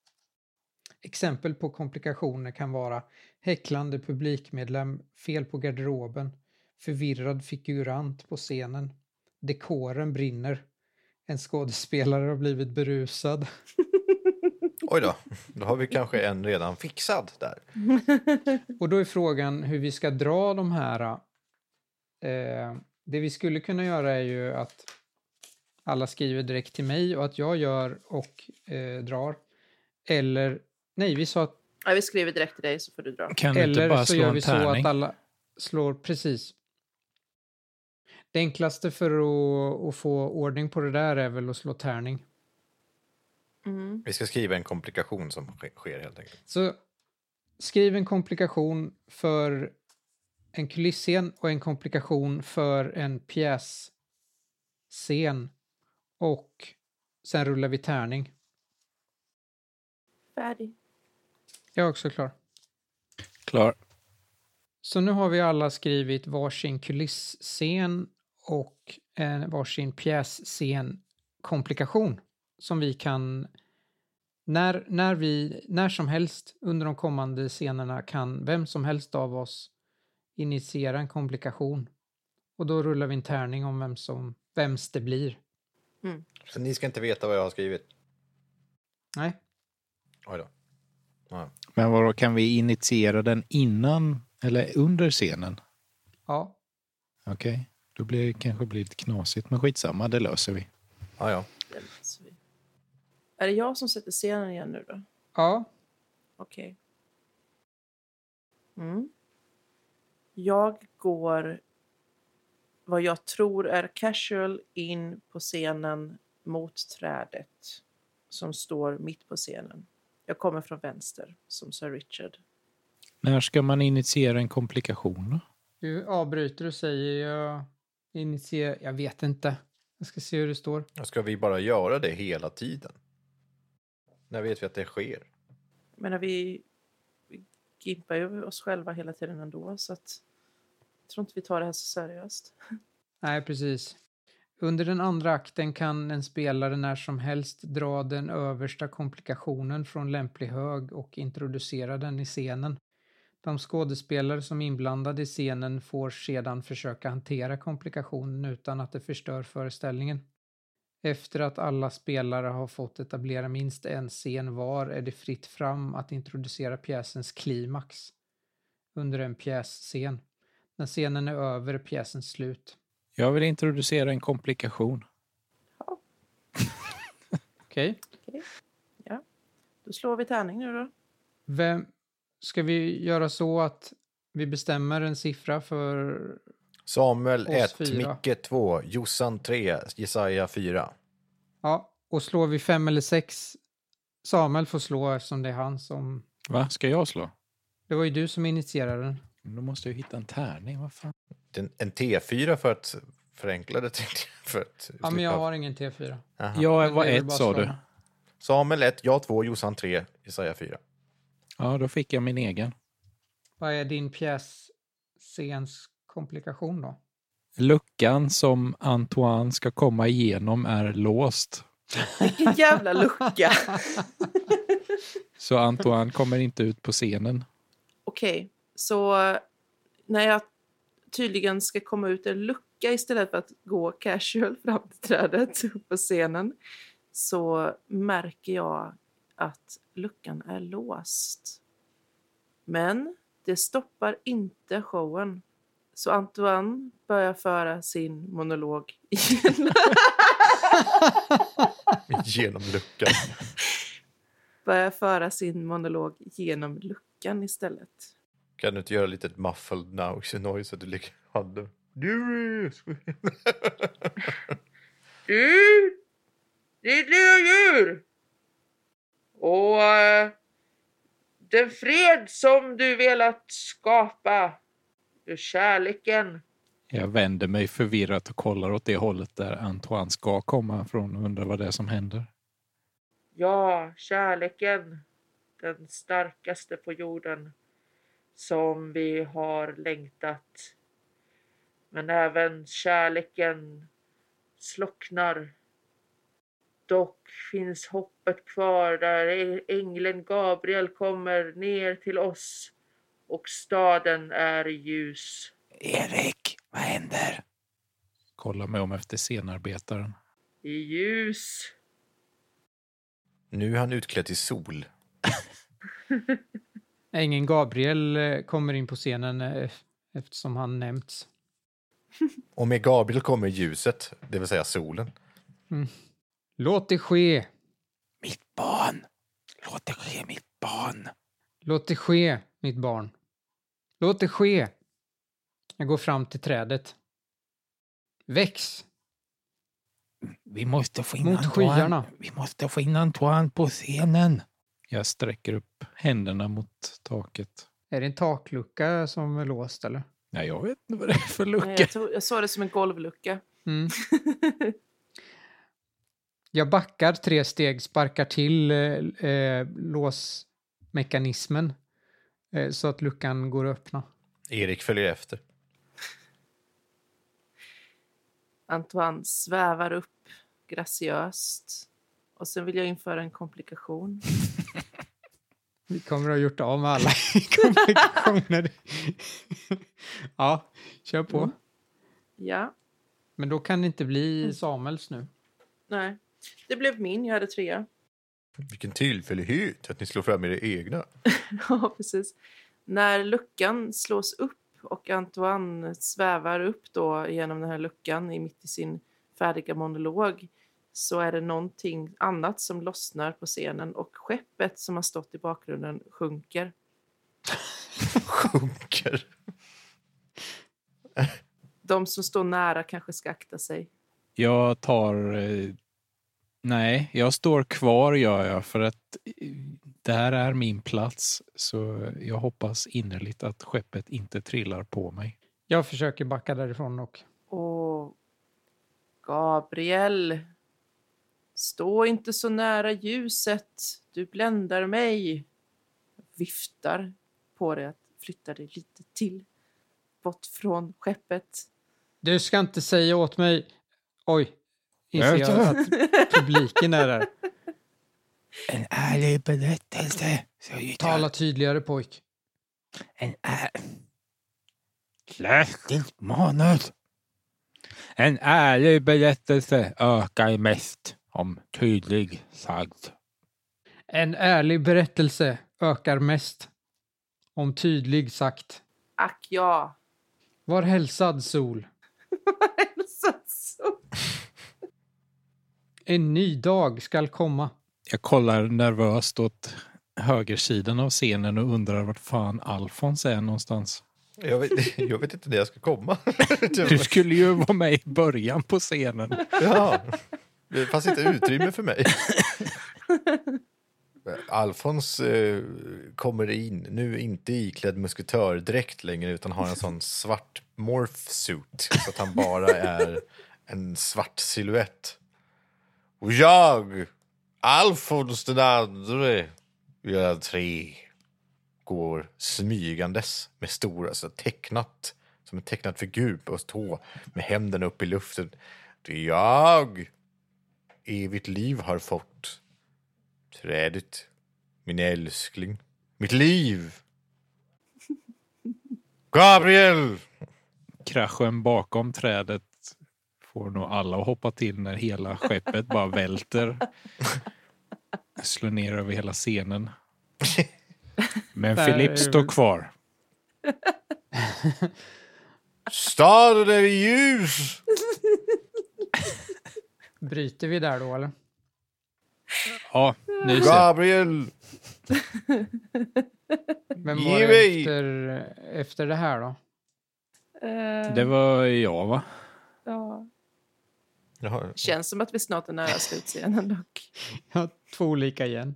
Exempel på komplikationer kan vara häcklande publikmedlem, fel på garderoben, förvirrad figurant på scenen, dekoren brinner, en skådespelare har blivit berusad. Oj då, då har vi kanske en redan fixad där. Och då är frågan hur vi ska dra de här. Eh, det vi skulle kunna göra är ju att alla skriver direkt till mig och att jag gör och eh, drar. Eller, nej vi sa att Ja, vi skriver direkt till dig så får du dra. Kan du inte eller bara så slå gör en vi så tärning? att alla slår precis. Det enklaste för att, att få ordning på det där är väl att slå tärning. Mm. Vi ska skriva en komplikation som sk- sker helt enkelt. Så skriv en komplikation för en kulisscen och en komplikation för en pjässcen. Och sen rullar vi tärning. Färdig. Jag är också klar. Klar. Så nu har vi alla skrivit varsin kulisscen och en varsin pjässcen komplikation som vi kan när, när vi när som helst under de kommande scenerna kan vem som helst av oss initiera en komplikation och då rullar vi en tärning om vem som vems det blir. Mm. Så ni ska inte veta vad jag har skrivit? Nej. Oj då. Ja. Men vadå, kan vi initiera den innan eller under scenen? Ja. Okej, okay. Då blir det kanske blir lite knasigt, men skitsamma, det löser vi. Ja, ja. Det löser vi. Är det jag som sätter scenen igen nu då? Ja. Okej. Okay. Mm. Jag går vad jag tror är casual in på scenen mot trädet som står mitt på scenen. Jag kommer från vänster som Sir Richard. När ska man initiera en komplikation då? Du avbryter och säger jag initierar, jag vet inte. Jag ska se hur det står. Ska vi bara göra det hela tiden? När vet vi att det sker? Men vi, vi gimpar ju oss själva hela tiden ändå så att jag tror inte vi tar det här så seriöst. Nej, precis. Under den andra akten kan en spelare när som helst dra den översta komplikationen från lämplig hög och introducera den i scenen. De skådespelare som är inblandade i scenen får sedan försöka hantera komplikationen utan att det förstör föreställningen. Efter att alla spelare har fått etablera minst en scen var är det fritt fram att introducera pjäsens klimax under en pjässcen. När scenen är över är pjäsen slut. Jag vill introducera en komplikation. Ja. Okej. Okay. Ja. Då slår vi tärning nu då. Vem ska vi göra så att vi bestämmer en siffra för Samuel oss ett, fyra? Micke två, Jossan tre, Jesaja fyra. Ja, och slår vi fem eller sex Samuel får slå eftersom det är han som... Va? Ska jag slå? Det var ju du som initierade den. Då måste jag hitta en tärning, vad fan? En, en T fyra för att förenklade tänkte jag. För att Ja, men jag har ingen T fyra. Aha. Jag var Det är väl ett, bara sa slå. du. Samuel ett, jag två, Jossan tre, Jesaja fyra. Ja, då fick jag min egen. Vad är din pjässcens komplikation då? Luckan som Antoine ska komma igenom är låst. Vilken jävla lucka. Så Antoine kommer inte ut på scenen. Okej, så när jag tydligen ska komma ut en lucka istället för att gå casual fram till trädet på scenen, så märker jag att luckan är låst. Men det stoppar inte showen. Så Antoine börjar föra sin monolog igen. Genom luckan. börjar föra sin monolog genom luckan istället. Kan du inte göra lite muffled noise noise så att du lägger handen? Du! Du! Ditt lilla djur! Och uh, den fred som du velat skapa. Kärleken. Jag vänder mig förvirrat och kollar åt det hållet där Antoine ska komma från och undrar vad det är som händer. Ja, kärleken. Den starkaste på jorden. Som vi har längtat. Men även kärleken slocknar. Dock finns hoppet kvar där ängeln Gabriel kommer ner till oss. Och staden är ljus. Erik, vad händer? Kolla mig om efter scenarbetaren. I ljus. Nu är han utklädd till sol. Ängeln Gabriel eh, kommer in på scenen eh, eftersom han nämnts. Och med Gabriel kommer ljuset, det vill säga solen. Mm. Låt det ske. Mitt barn! Låt det ske, mitt barn! Låt det ske, mitt barn. Låt det ske. Jag går fram till trädet. Väx. Vi måste få in Mot Antoine. skyarna. Vi måste få in Antoine på scenen. Jag sträcker upp händerna mot taket. Är det en taklucka som är låst eller? Nej, jag vet inte vad det är för lucka. Nej, jag, tror, jag såg det som en golvlucka. Mm. Jag backar tre steg, sparkar till eh, eh, låsmekanismen eh, så att luckan går att öppna. Erik följer efter. Antoine svävar upp graciöst. Och sen vill jag införa en komplikation. Vi kommer att ha gjort av med alla kommunikationer. Ja, kör på. Mm. Ja, Men då kan det inte bli Samuels nu. nej. Det blev min, jag hade trea. Vilken tillfällighet att ni slår fram era egna. Ja, precis. När luckan slås upp och Antoine svävar upp då genom den här luckan i mitt i sin färdiga monolog, så är det någonting annat som lossnar på scenen och skeppet som har stått i bakgrunden sjunker. Sjunker. De som står nära kanske ska akta sig. Jag tar... Eh, nej, jag står kvar gör jag för att eh, det här är min plats. Så jag hoppas innerligt att skeppet inte trillar på mig. Jag försöker backa därifrån och... Åh, Gabriel. Stå inte så nära ljuset. Du bländar mig. Jag viftar på det att flytta dig lite till. Bort från skeppet. Du ska inte säga åt mig... Oj, inser jag att publiken är där. En ärlig berättelse. Tala tydligare pojk. En är... Läs ditt manus. En ärlig berättelse ökar mest om tydlig sagd. En ärlig berättelse ökar mest om tydlig sagt. Ack ja. Var hälsad sol. Så. En ny dag skall komma. Jag kollar nervöst åt högersidan av scenen och undrar vart fan Alfons är någonstans. Jag vet, jag vet inte när jag ska komma. Du skulle ju vara med i början på scenen. Ja, det fanns inte utrymme för mig. Alfons eh, kommer in, nu inte iklädd musketördräkt längre utan har en sån svart morphsuit så att han bara är en svart silhuett. Och jag, Alfons den andre, vi är tre, går smygandes med stora, så tecknat, som en tecknad figur på tå med händerna upp i luften. Det är jag, evigt liv har fått. Trädet, min älskling, mitt liv. Gabriel! Kraschen bakom trädet får nog alla att hoppa till när hela skeppet bara välter. Slår ner över hela scenen. Men Filip står kvar. Staden är i ljus! Bryter vi där då, eller? Ja, nu ser. Gabriel! Men Ge var det mig! efter, efter det här då? Eh, Det var jag, va? ja. Jaha. Känns som att vi snart är nära slutscenen dock. Ja, två olika igen.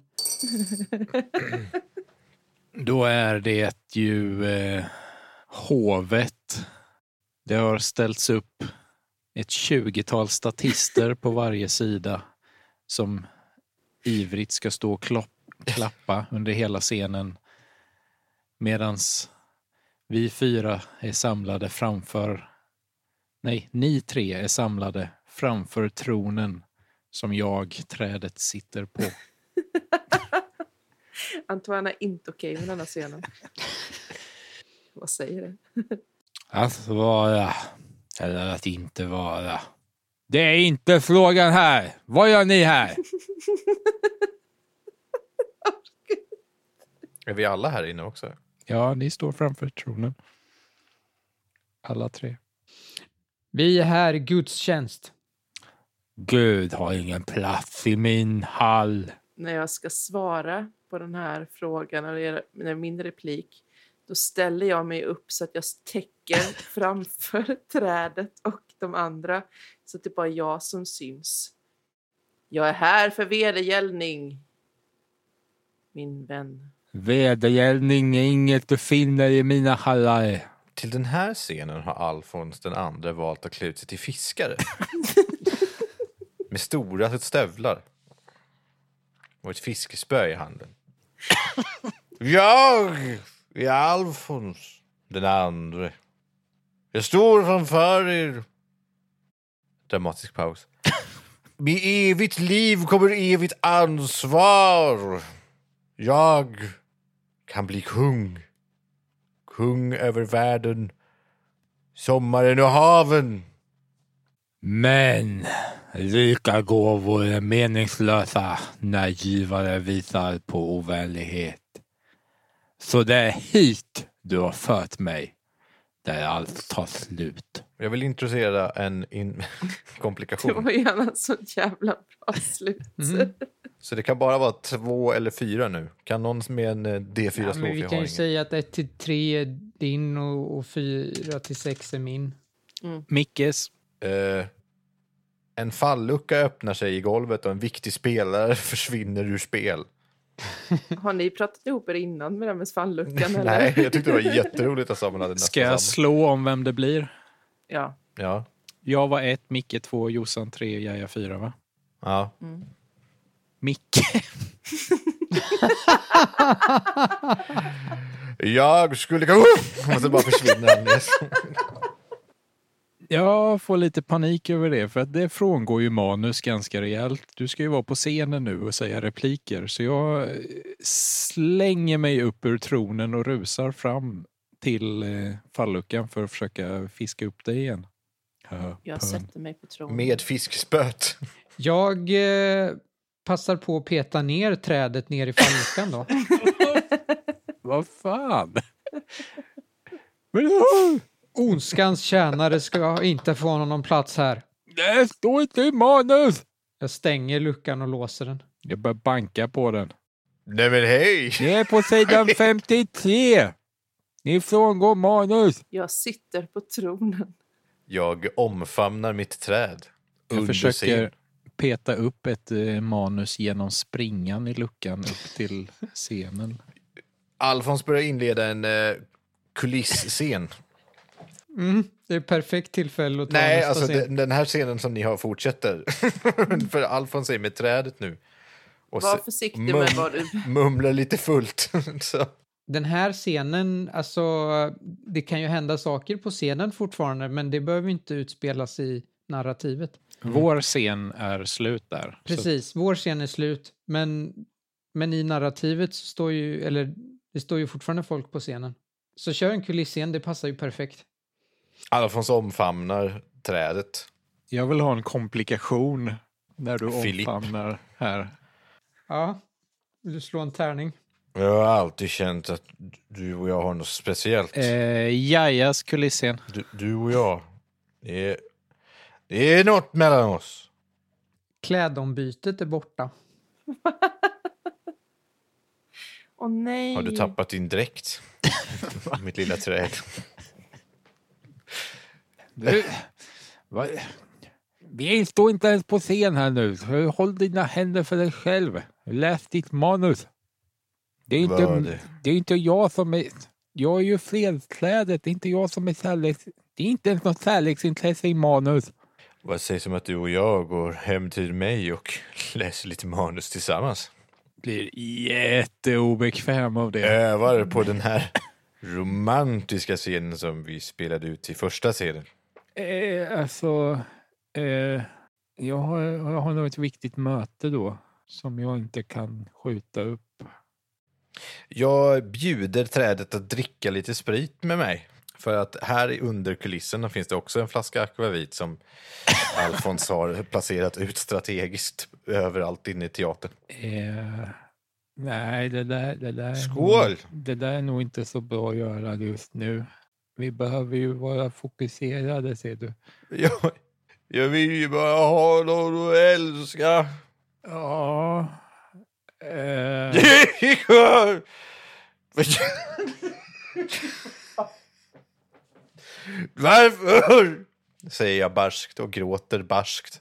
Då är det ju eh, hovet. Det har ställts upp ett tjugotal statister på varje sida som ivrigt ska stå och klopp, klappa under hela scenen medans vi fyra är samlade framför, nej, ni tre är samlade framför tronen som jag, trädet, sitter på. Antoine är inte okej med den här scenen. Vad säger det? Att vara eller att inte vara. Det är inte frågan här. Vad gör ni här? Är vi alla här inne också? Ja, ni står framför tronen. Alla tre. Vi är här i Guds tjänst. Gud har ingen plats i min hall. När jag ska svara på den här frågan eller när min replik, då ställer jag mig upp så att jag täcker framför trädet och de andra så att det är bara jag som syns. Jag är här för vedergällning, min vän. Vedergällning är inget du finner i mina hallar. Till den här scenen har Alfons den andra valt att klä ut sig till fiskare. Med stora stövlar. Och ett fiskespö i handen. Jag är Alfons den andra. Jag står framför er. Dramatisk paus. Med evigt liv kommer evigt ansvar. Jag kan bli kung. Kung över världen, sommaren och haven. Men lika gåvor är meningslösa när givare visar på ovänlighet. Så det är hit du har fört mig, där allt tar slut. Jag vill introducera en in- Det komplikation. var gärna så jävla bra slut. Mm. Så det kan bara vara två eller fyra nu. Kan någon med en eh, D fyra Ja, slå? men För vi jag kan har ju ingen. säga att ett till tre är din och, och fyra till sex är min. Mickes. Eh, en fallucka öppnar sig i golvet och en viktig spelare försvinner ur spel. Har ni pratat ihop er innan med den med falluckan? Eller? Nej, jag tyckte det var jätteroligt att Samuel hade nästan Ska jag samma. slå om vem det blir? Ja. Ja, Jag var ett, Micke två, Jossan tre, Jaja fyra, va? ja. Mm. Micke. Jag skulle gå upp! Och så bara försvinner han ner. Jag får lite panik över det, för att det frångår ju manus ganska rejält. Du ska ju vara på scenen nu och säga repliker, så jag slänger mig upp ur tronen och rusar fram till eh, falluckan för att försöka fiska upp dig igen. Ja, Jag pön. sätter mig på tronen. Med fiskspöt. Jag eh, passar på att peta ner trädet ner i falluckan då. Vad fan? Men, Ondskans tjänare ska inte få någon plats här. det står inte i manus! Jag stänger luckan och låser den. Jag börjar banka på den. Nej men hej! Ni är på sidan femtiotre! Ni frångår manus! Jag sitter på tronen. Jag omfamnar mitt träd. Jag Under försöker scen. peta upp ett eh, manus genom springan i luckan upp till scenen. Alfons börjar inleda en eh, kulisscen. Mm, det är perfekt tillfälle att ta Nej, nästa alltså scen. den, den här scenen som ni har fortsätter. För Alfons är med trädet nu. Och Var så- försiktig mum- med vad du... Mumlar lite fullt. så. Den här scenen, alltså det kan ju hända saker på scenen fortfarande, men det behöver inte utspelas i narrativet. Vår scen är slut där. Precis, vår scen är slut, men, men i narrativet så står ju, eller det står ju fortfarande folk på scenen. Så kör en kulisscen, det passar ju perfekt. Alfons omfamnar trädet. Så jag vill ha en komplikation när du Filip. omfamnar här. Ja, vill du slå en tärning? Jag har alltid känt att du och jag har något speciellt. Eh, Jajas kulisscen. Du, du och jag. Det är, det är något mellan oss. Klädombytet är borta. Åh nej. Har du tappat din dräkt? Mitt lilla träd. Du, va? Vi står inte ens på scen här nu. Så håll dina händer för dig själv. Läs ditt manus. Det är Vad är inte, det? det är inte jag som är... Jag är ju fredsklädet. Det är inte jag som är kärleks... Det är inte ens något kärleksintresse i manus. Vad sägs om att du och jag går hem till mig och läser lite manus tillsammans? Blir jätteobekväm av det. Övar på den här romantiska scenen som vi spelade ut i första scenen. Eh, alltså... Eh, jag, har, jag har nog ett viktigt möte då. Som jag inte kan skjuta upp. Jag bjuder trädet att dricka lite sprit med mig. För att här under kulisserna finns det också en flaska akvavit som Alfons har placerat ut strategiskt överallt inne i teatern. Eh, nej, det där, det där... är Skål! nog- Det där är nog inte så bra att göra just nu. Vi behöver ju vara fokuserade, ser du. Jag, jag vill ju bara ha någon att älska. Ja... Eh, Varför? Säger jag barskt och gråter barskt.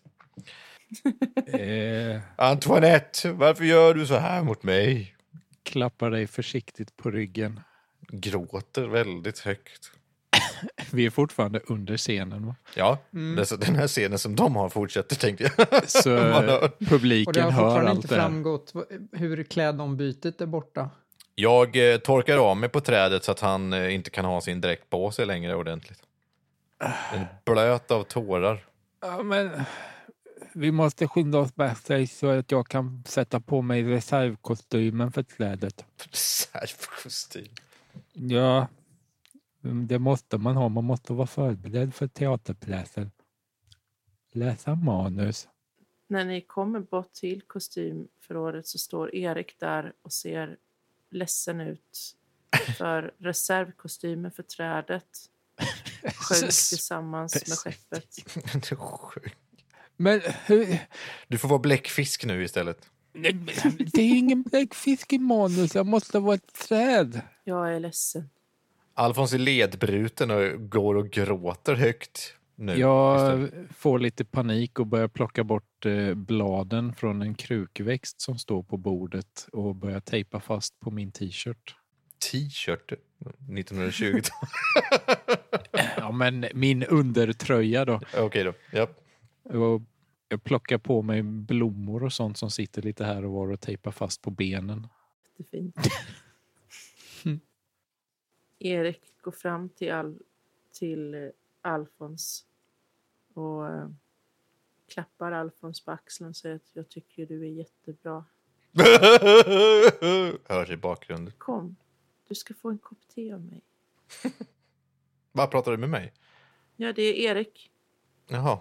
eh, Antoinette, varför gör du så här mot mig? klappar dig försiktigt på ryggen. Gråter väldigt högt. Vi är fortfarande under scenen, va? Ja, Mm. det är så den här scenen som de har fortsätter tänkte jag. Så Man hör. Och det publiken har hör fortfarande allt inte det här. framgått hur klädombytet är borta. Jag eh, torkar av mig på trädet så att han eh, inte kan ha sin dräkt på sig längre ordentligt. Den är blöt av tårar. Ja, men vi måste skynda oss bättre så att jag kan sätta på mig reservkostymen för trädet. Reservkostym. Ja, det måste man ha. Man måste vara förberedd för teaterpjäser. Läsa manus. När ni kommer bort till kostymförrådet så står Erik där och ser ledsen ut. För reservkostymen för trädet sjönk tillsammans med skeppet. Men hur... Du får vara bläckfisk nu istället. Det är ingen bläckfisk i manus. Jag måste vara ett träd. Jag är ledsen. Alfons är ledbruten och går och gråter högt nu. Jag istället. får lite panik och börjar plocka bort eh, bladen från en krukväxt som står på bordet och börjar tejpa fast på min t-shirt. T-shirt nittonhundratjugo. Ja, men min undertröja då. Okej då. Japp. Och jag plockar på mig blommor och sånt som sitter lite här och var och tejpar fast på benen. Jättefint. Erik går fram till, Al- till eh, Alfons och eh, klappar Alfons på axeln och säger att jag tycker du är jättebra. Hörs i bakgrunden. Kom, du ska få en kopp te av mig. Vad pratar du med mig? Ja, det är Erik. Jaha.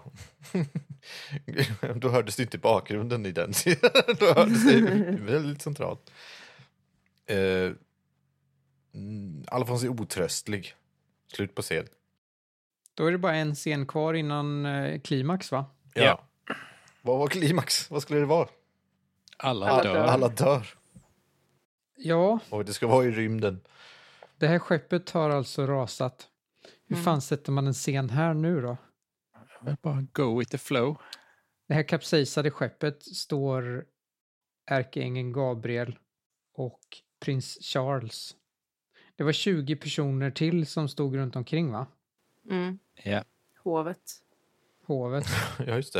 Då hördes det inte i bakgrunden i den sidan. Då hördes det väldigt centralt. Uh, Alfons är otröstlig. Slut på scen. Då är det bara en scen kvar innan eh, klimax, va? Ja. Ja. Vad var klimax? Vad skulle det vara? Alla, Alla dör. dör. Alla dör. Ja, Och det ska vara i rymden. det här skeppet har alltså rasat. Hur Mm. fan sätter man en scen här nu då? Jag bara go with the flow. Det här kapsejsade skeppet står ärkeängeln Gabriel och prins Charles. Det var tjugo personer till som stod runt omkring, va? Mm. Ja. Hovet. Hovet. Ja, just det.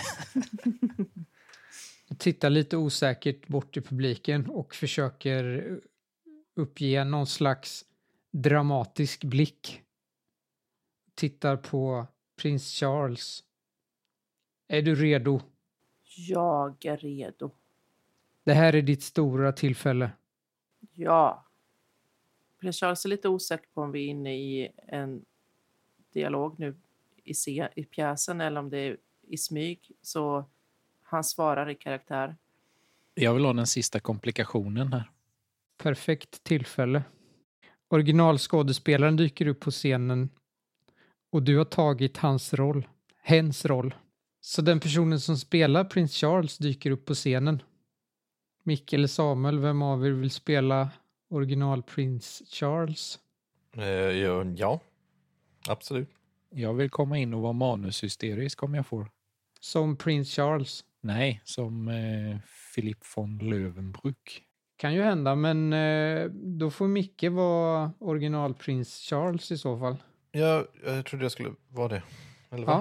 Jag tittar lite osäkert bort i publiken och försöker uppge någon slags dramatisk blick. Tittar på prins Charles. Är du redo? Jag är redo. Det här är ditt stora tillfälle. Ja. Prins Charles är lite osäker på om vi är inne i en dialog nu i, se, i pjäsen eller om det är i smyg. Så han svarar i karaktär. Jag vill ha den sista komplikationen här. Perfekt tillfälle. Originalskådespelaren dyker upp på scenen och du har tagit hans roll, hens roll. Så den personen som spelar prins Charles dyker upp på scenen. Micke eller Samuel, vem av er vill spela original prins Charles? Eh, ja, ja, absolut. Jag vill komma in och vara manushysterisk om jag får. Som prins Charles. Nej, som eh, Philipp von Löwenbrück. Kan ju hända, men eh, då får Micke vara original prins Charles i så fall. Ja, jag trodde jag skulle vara det. Eller vad? Ja.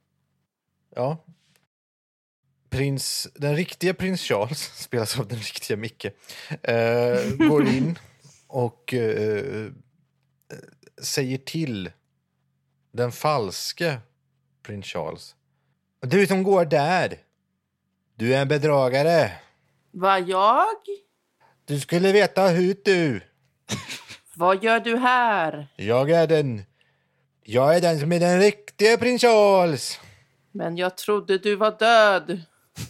Ja. Prins, den riktiga prins Charles spelas av den riktiga Micke. Eh, går in och eh, säger till den falske prins Charles. Du som går där. Du är en bedragare. Vad jag? Du skulle veta hur du. Vad gör du här? Jag är den. Jag är den som är den riktiga prins Charles. Men jag trodde du var död.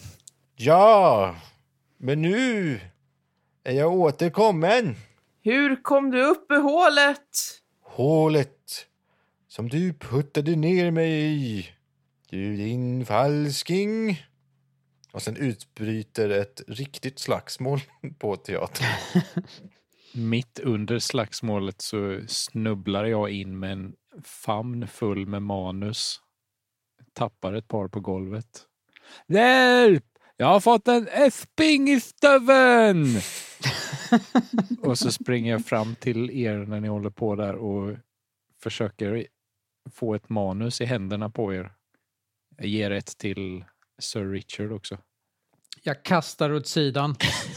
Ja, men nu är jag återkommen. Hur kom du upp ur hålet? Hålet som du puttade ner mig i. Du din falsking. Och sen utbryter ett riktigt slagsmål på teatern. Mitt under slagsmålet så snubblar jag in med en famn full med manus. Tappar ett par på golvet. Hjälp! Jag har fått en äsping i stöven! Och så springer jag fram till er när ni håller på där och försöker få ett manus i händerna på er. Jag ger ett till Sir Richard också. Jag kastar åt sidan.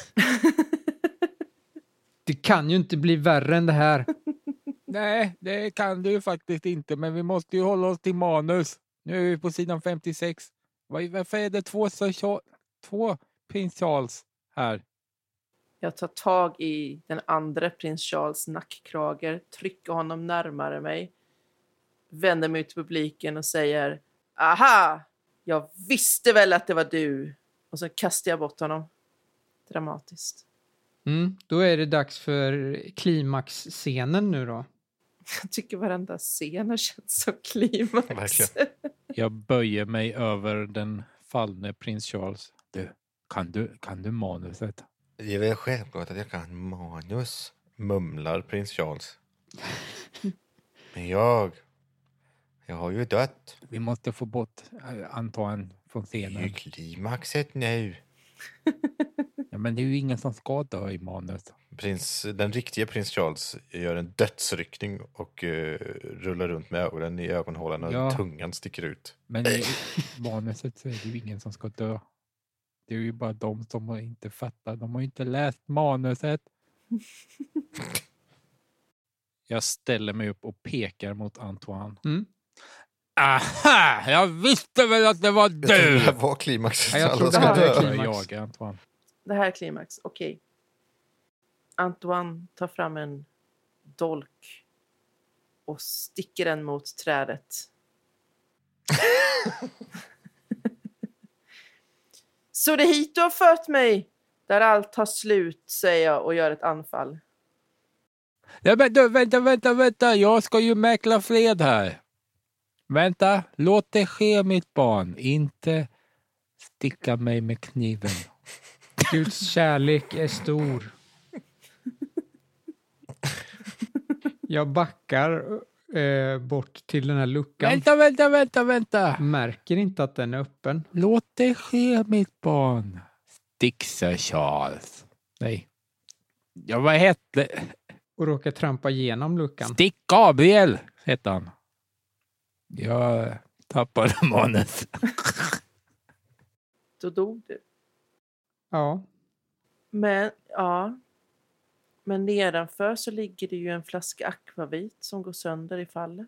Det kan ju inte bli värre än det här. Nej, det kan du ju faktiskt inte. Men vi måste ju hålla oss till manus. Nu är vi på sidan femtiosex. Varför är det två, så, två prins Charles här? Jag tar tag i den andra prins Charles nackkrager, trycker honom närmare mig, vänder mig ut till publiken och säger: aha, jag visste väl att det var du. Och så kastar jag bort honom. Dramatiskt. Mm, då är det dags för klimaxscenen nu då. Jag tycker varenda scen känns som klimax. Verkligen. Jag böjer mig över den fallne prins Charles. Du, kan du, kan du manuset? Det är väl självklart att jag kan manus, mumlar prins Charles. Men jag, jag har ju dött. Vi måste få bort äh, Antoine från Det är ju scenen. klimaxet nu. Ja, men det är ju ingen som ska dö i manus. Prins, den riktiga prins Charles gör en dödsryckning och uh, rullar runt med ögonen i ögonhålan och Ja. tungan sticker ut. Men i manuset så är det ju ingen som ska dö. Det är ju bara de som inte fattar. De har ju inte läst manuset. Jag ställer mig upp och pekar mot Antoine. Mm. Aha! Jag visste väl att det var Jag tror det här du! var klimaxet. Ja, jag Alla tror det ska här är dö. klimax. Jag jagar Antoine. Det här är klimax, okej. Antoine tar fram en dolk och sticker den mot trädet. Så det är hit du har fört mig, där allt tar slut, säger jag och gör ett anfall. Ja, men du, vänta, vänta, vänta. Jag ska ju mäkla fred här. Vänta, låt det ske mitt barn. Inte sticka mig med kniven. Guds kärlek är stor. Jag backar eh, bort till den här luckan. Vänta, vänta, vänta, vänta. Märker inte att den är öppen. Låt det ske, mitt barn. Stick, Sir Charles. Nej. Ja, vad hette... Och råkar trampa igenom luckan. Stick Gabriel, hette han. Jag tappade manus. Då dog du. Ja. Men, ja. Men nedanför så ligger det ju en flaska akvavit som går sönder i fallet.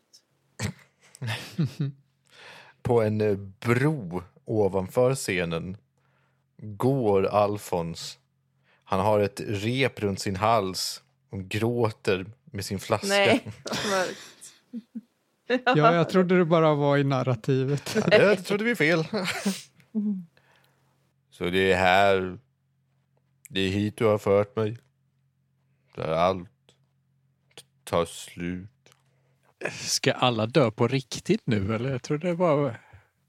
På en eh, bro ovanför scenen går Alfons. Han har ett rep runt sin hals och gråter med sin flaska. Nej, vad mörkt. Ja, jag trodde det bara var i narrativet. Ja, det trodde vi fel. Så det är här. Det är hit du har fört mig. Där allt tar slut. Ska alla dö på riktigt nu, eller? Jag tror det var...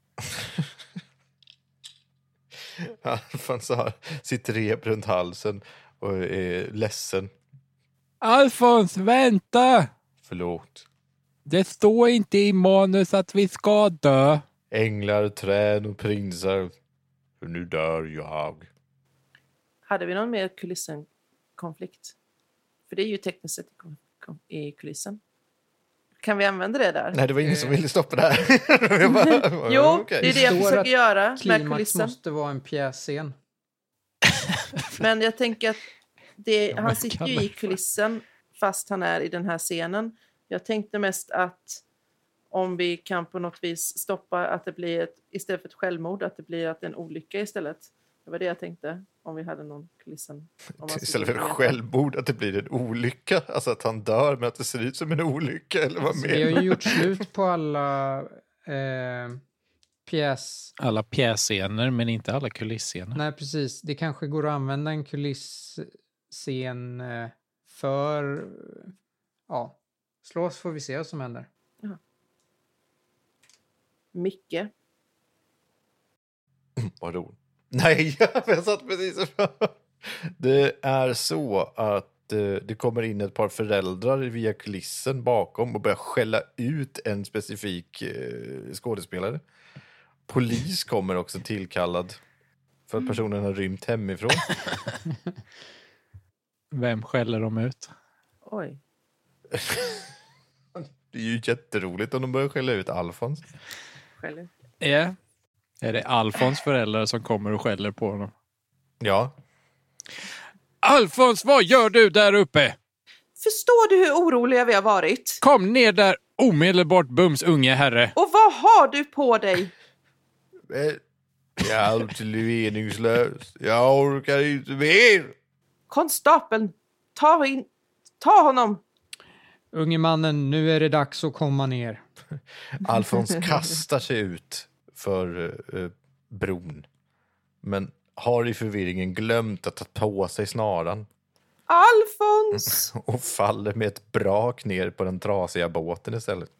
Alfons har sitt rep runt halsen och är ledsen. Alfons, vänta! Förlåt. Det står inte i manus att vi ska dö. Änglar, träd och prinsar. För nu dör jag. Hade vi någon mer kulissen-konflikt? För det är ju tekniskt sett i kom- kom- i kulissen. Kan vi använda det där? Nej, det var ingen som ville stoppa det här. Jag bara, Jo, okej. det är det jag står försöker att göra med Klimax kulissen. måste vara en pjässcen. Men jag tänker att det, Ja, han men sitter kan ju man i få- kulissen fast han är i den här scenen. Jag tänkte mest att om vi kan på något vis stoppa att det blir ett, istället för ett självmord, att det blir att en olycka istället. Det var det jag tänkte, om vi hade någon kulissen. Om man skulle Istället för veta. självmord att det blir en olycka. Alltså att han dör men att det ser ut som en olycka. Eller vad Så vi menar har ju gjort slut på alla eh, pjäs... Alla pjässcener, men inte alla kulisscener. Nej, precis. Det kanske går att använda en kulisscen eh, för... Ja, slås får vi se vad som händer. Micke. Vadå? Nej, jag satt precis och... Det är så att eh, det kommer in ett par föräldrar via kulissen bakom och börjar skälla ut en specifik eh, skådespelare. Polis kommer också tillkallad för att personen har rymt hemifrån. Vem skäller de ut? Oj. Det är ju jätteroligt om de börjar skälla ut Alfons. Skäller. Ja. Är det Alfons föräldrar som kommer och skäller på honom? Ja. Alfons, vad gör du där uppe? Förstår du hur oroliga vi har varit? Kom ner där omedelbart, bums unge herre. Och vad har du på dig? Eh, Jag är alltid meningslös. Jag orkar inte mer. Konstapeln, ta, in, ta honom. Unge mannen, nu är det dags att komma ner. Alfons kastar sig ut för eh, bron. Men har i förvirringen glömt att ta på sig snaran. Alfons! Och faller med ett brak ner på den trasiga båten istället.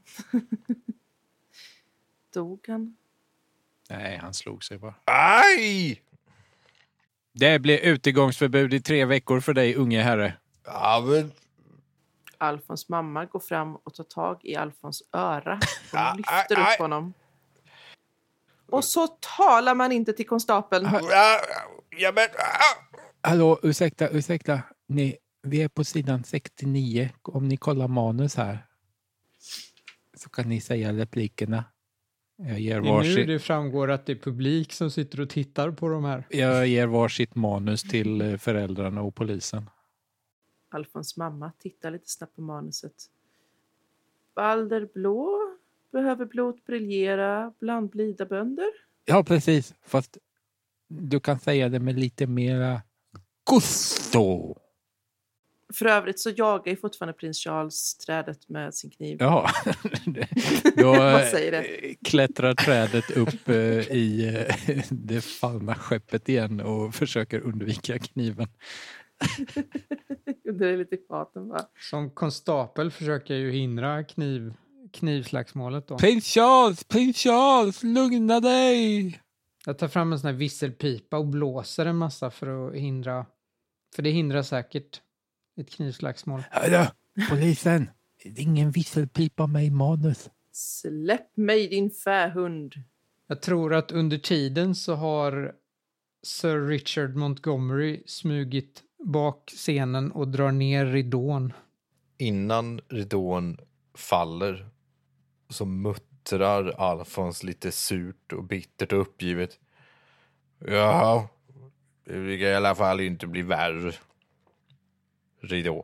Dog han? Nej, han slog sig bara. Aj! Det blir utegångsförbud i tre veckor för dig, unge herre. Ja, men... Alfons mamma går fram och tar tag i Alfons öra och Ah, lyfter ah, ah. upp honom. Och så talar man inte till konstapeln. Ja, ja, men... ah! Hallå, ursäkta, ursäkta. Ni, vi är på sidan sextionio. Om ni kollar manus här så kan ni säga replikerna. Jag ger, Det är nu varsitt, det framgår att det är publik som sitter och tittar på de här. jag ger varsitt manus till eh, föräldrarna och polisen. Alfons mamma tittar lite snabbt på manuset. Balder blå behöver blot briljera bland blida bönder. Ja, precis. Fast du kan säga det med lite mera gusto. För övrigt så jagar ju fortfarande prins Charles trädet med sin kniv. Ja, då Vad säger det? eh, klättrar trädet upp eh, i eh, det fallna skeppet igen och försöker undvika kniven. Det är lite i faten, va? Som konstapel försöker jag ju hindra kniv, knivslagsmålet då. Prins Charles, prins Charles, lugna dig. Jag tar fram en sån här visselpipa och blåser en massa för att hindra... För det hindrar säkert ett knivslagsmål. Hallå, polisen. Ingen visselpipa med i manus. Släpp mig din fähund. Jag tror att under tiden så har Sir Richard Montgomery smugit bak scenen och drar ner ridån. Innan ridån faller så muttrar Alfons lite surt och bittert och uppgivet. Ja, det vill i alla fall inte bli värre. Ridå.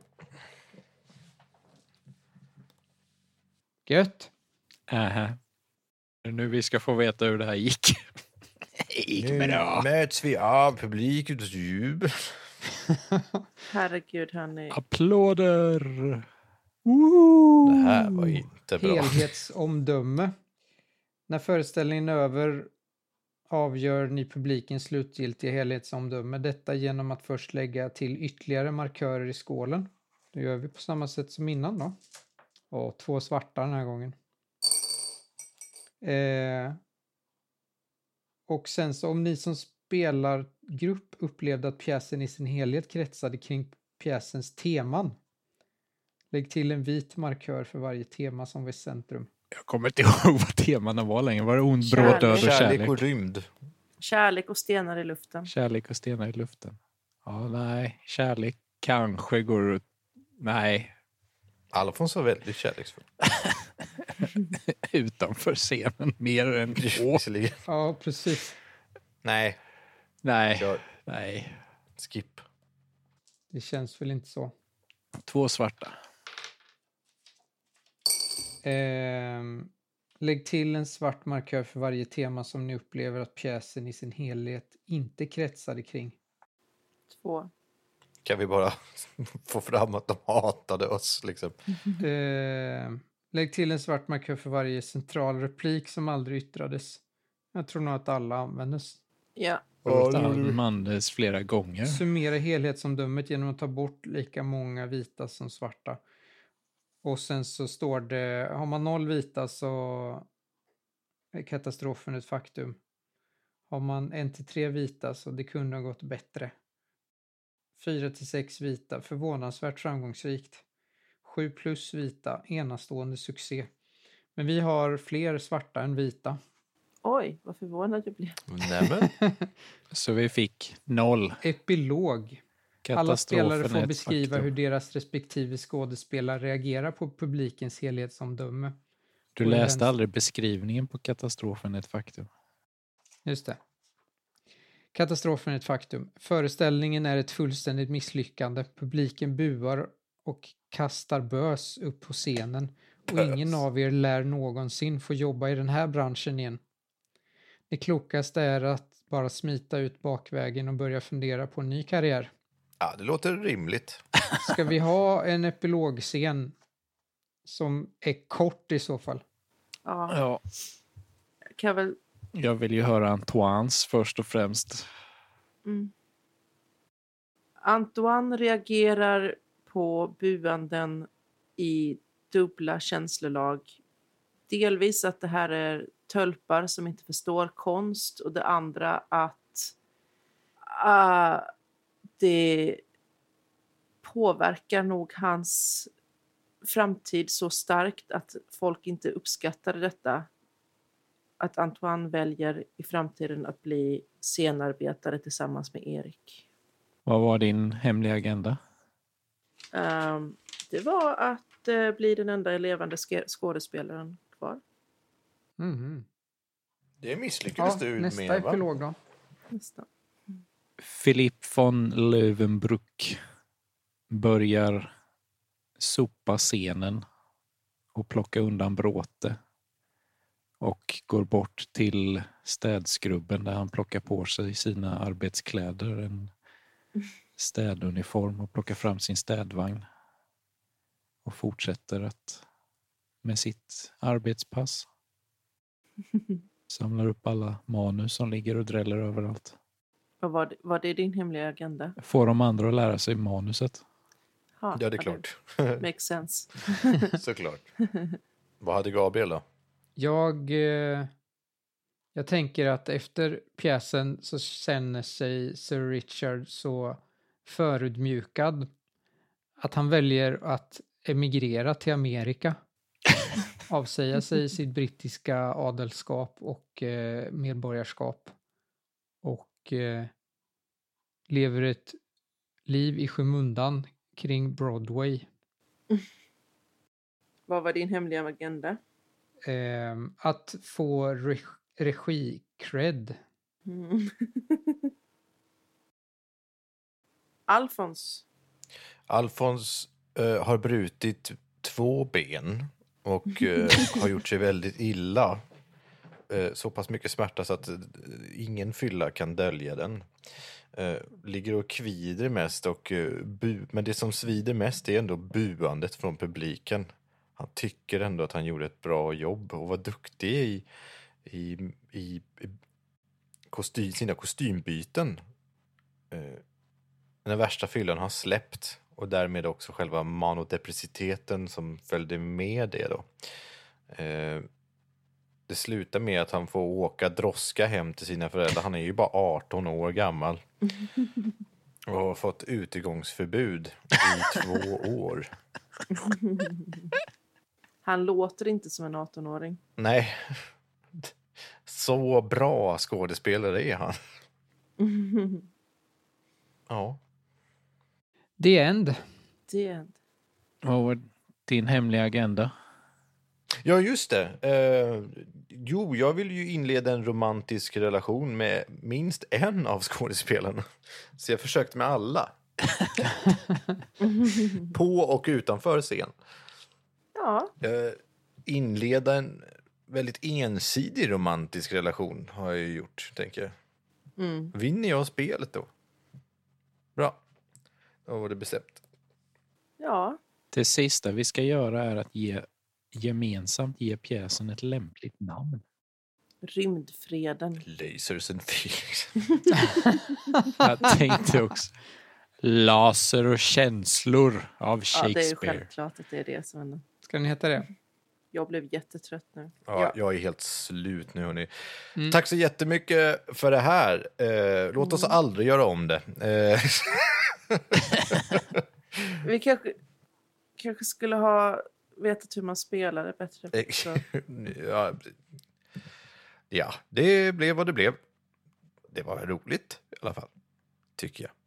Gött. Aha. Det är nu vi ska få veta hur det här gick. Gick Nu bra. möts vi av publikens jubel. Herregud, hörni. Applåder! Det här var inte bra. Helhetsomdöme. När föreställningen är över avgör ni publikens slutgiltiga helhetsomdöme. Detta genom att först lägga till ytterligare markörer i skålen. Det gör vi på samma sätt som innan då. Och två svarta den här gången. Eh, och sen så om ni som spelar grupp upplevde att pjäsen i sin helhet kretsade kring pjäsens teman. Lägg till en vit markör för varje tema som var i centrum. Jag kommer inte ihåg vad temana var längre. Var det ond, bråd, Kärlek. död och Kärlek kärlek? och rymd. Kärlek och stenar i luften. Kärlek och stenar i luften. Ja, nej. Kärlek kanske går ut. Nej. Alfons var väldigt kärleksfull. Utanför scenen mer än två. Visserligen. Ja, precis. Nej, Nej. kör. Nej. Skip. Det känns väl inte så. Två svarta. Ehm, lägg till en svart markör för varje tema som ni upplever att pjäsen i sin helhet inte kretsade kring. Två. Kan vi bara få fram att de hatade oss liksom. Ehm, lägg till en svart markör för varje central replik som aldrig yttrades. Jag tror nog att alla användes. Ja. Och det användes flera gånger. Summera helhetsomdömet genom att ta bort lika många vita som svarta. Och sen så står det, har man noll vita så är katastrofen ett faktum. Har man en till tre vita så det kunde ha gått bättre. Fyra till sex vita, förvånansvärt framgångsrikt. Sju plus vita, enastående succé. Men vi har fler svarta än vita. Oj, vad förvånad jag blev. Nämen. Så vi fick noll. Epilog. Alla Katastrofen spelare är får ett beskriva faktum. hur deras respektive skådespelare reagerar på publikens helhetsomdöme. Du Och läste den- aldrig beskrivningen på katastrofen är ett faktum. Just det. Katastrofen är ett faktum. Föreställningen är ett fullständigt misslyckande. Publiken buar och kastar bös upp på scenen. Och Bös. ingen av er lär någonsin få jobba i den här branschen igen. Det klokaste är att bara smita ut bakvägen och börja fundera på en ny karriär. Ja, det låter rimligt. Ska vi ha en epilogscen som är kort i så fall? Ja, Ja. kan jag väl... Jag vill ju höra Antoines först och främst. Mm. Antoine reagerar på buanden i dubbla känslolag. Delvis att det här är tölpar som inte förstår konst och det andra att uh, det påverkar nog hans framtid så starkt att folk inte uppskattar detta. Att Antoine väljer i framtiden att bli scenarbetare tillsammans med Erik. Vad var din hemliga agenda? Um, det var att uh, bli den enda levande sk- skådespelaren kvar. Mhm. Det misslyckades Ja, du nästa med, va? epilog då. Nästan. Philipp von Löwenbruck börjar sopa scenen och plocka undan bråte och går bort till städskrubben där han plockar på sig sina arbetskläder, en städuniform och plockar fram sin städvagn och fortsätter att med sitt arbetspass samlar upp alla manus som ligger och dräller överallt. Och var, det, var det din hemliga agenda? Får de andra att lära sig manuset. Ha, Ja, det är klart. Makes sense. Såklart. Vad hade Gabriel då? Jag, eh, jag tänker att efter pjäsen så känner sig Sir Richard så förödmjukad att han väljer att emigrera till Amerika. Avsäga sig sitt brittiska adelskap och eh, medborgarskap. Och eh, lever ett liv i skymundan kring Broadway. Vad var din hemliga agenda? Eh, att få re- regi-cred. Mm. Alfons. Alfons eh, har brutit två ben och eh, har gjort sig väldigt illa. Eh, så pass mycket smärta så att eh, ingen fylla kan dölja den. Eh, ligger och kvider mest och eh, bu- men det som svider mest är ändå buandet från publiken. Han tycker ändå att han gjorde ett bra jobb och var duktig i, i, i, i kostym, sina kostymbyten. Eh, den värsta fyllan har släppt och därmed också själva manodepressiteten som följde med det då. Eh, det slutar med att han får åka droska hem till sina föräldrar. Han är ju bara arton år gammal. Och har fått utegångsförbud i två år. Han låter inte som en arton-åring. Nej. Så bra skådespelare är han. Ja. The End. Det. Vad var din hemliga agenda? Ja, just det. Eh, jo, jag vill ju inleda en romantisk relation med minst en av skådespelarna. Så jag försökte med alla. På och utanför scen. Ja. Eh, inleda en väldigt ensidig romantisk relation har jag ju gjort, tänker jag. Mm. Vinner jag spelet då? Bra. Då var det bestämt. Ja. Det sista vi ska göra är att ge, gemensamt ge pjäsen ett lämpligt namn. Rymdfreden. Lasers and feelings. Jag tänkte också. Laser och känslor av Ja, det är ju Shakespeare. självklart att det är det som händer. Ska den heta det? Jag blev jättetrött nu. Ja, Ja. jag är helt slut nu, hörni. Mm. Tack så jättemycket för det här. Eh, låt oss Mm. aldrig göra om det. Eh, Vi kanske, kanske skulle ha vetat hur man spelar det bättre. Så. ja, ja, det blev vad det blev. Det var roligt i alla fall, tycker jag.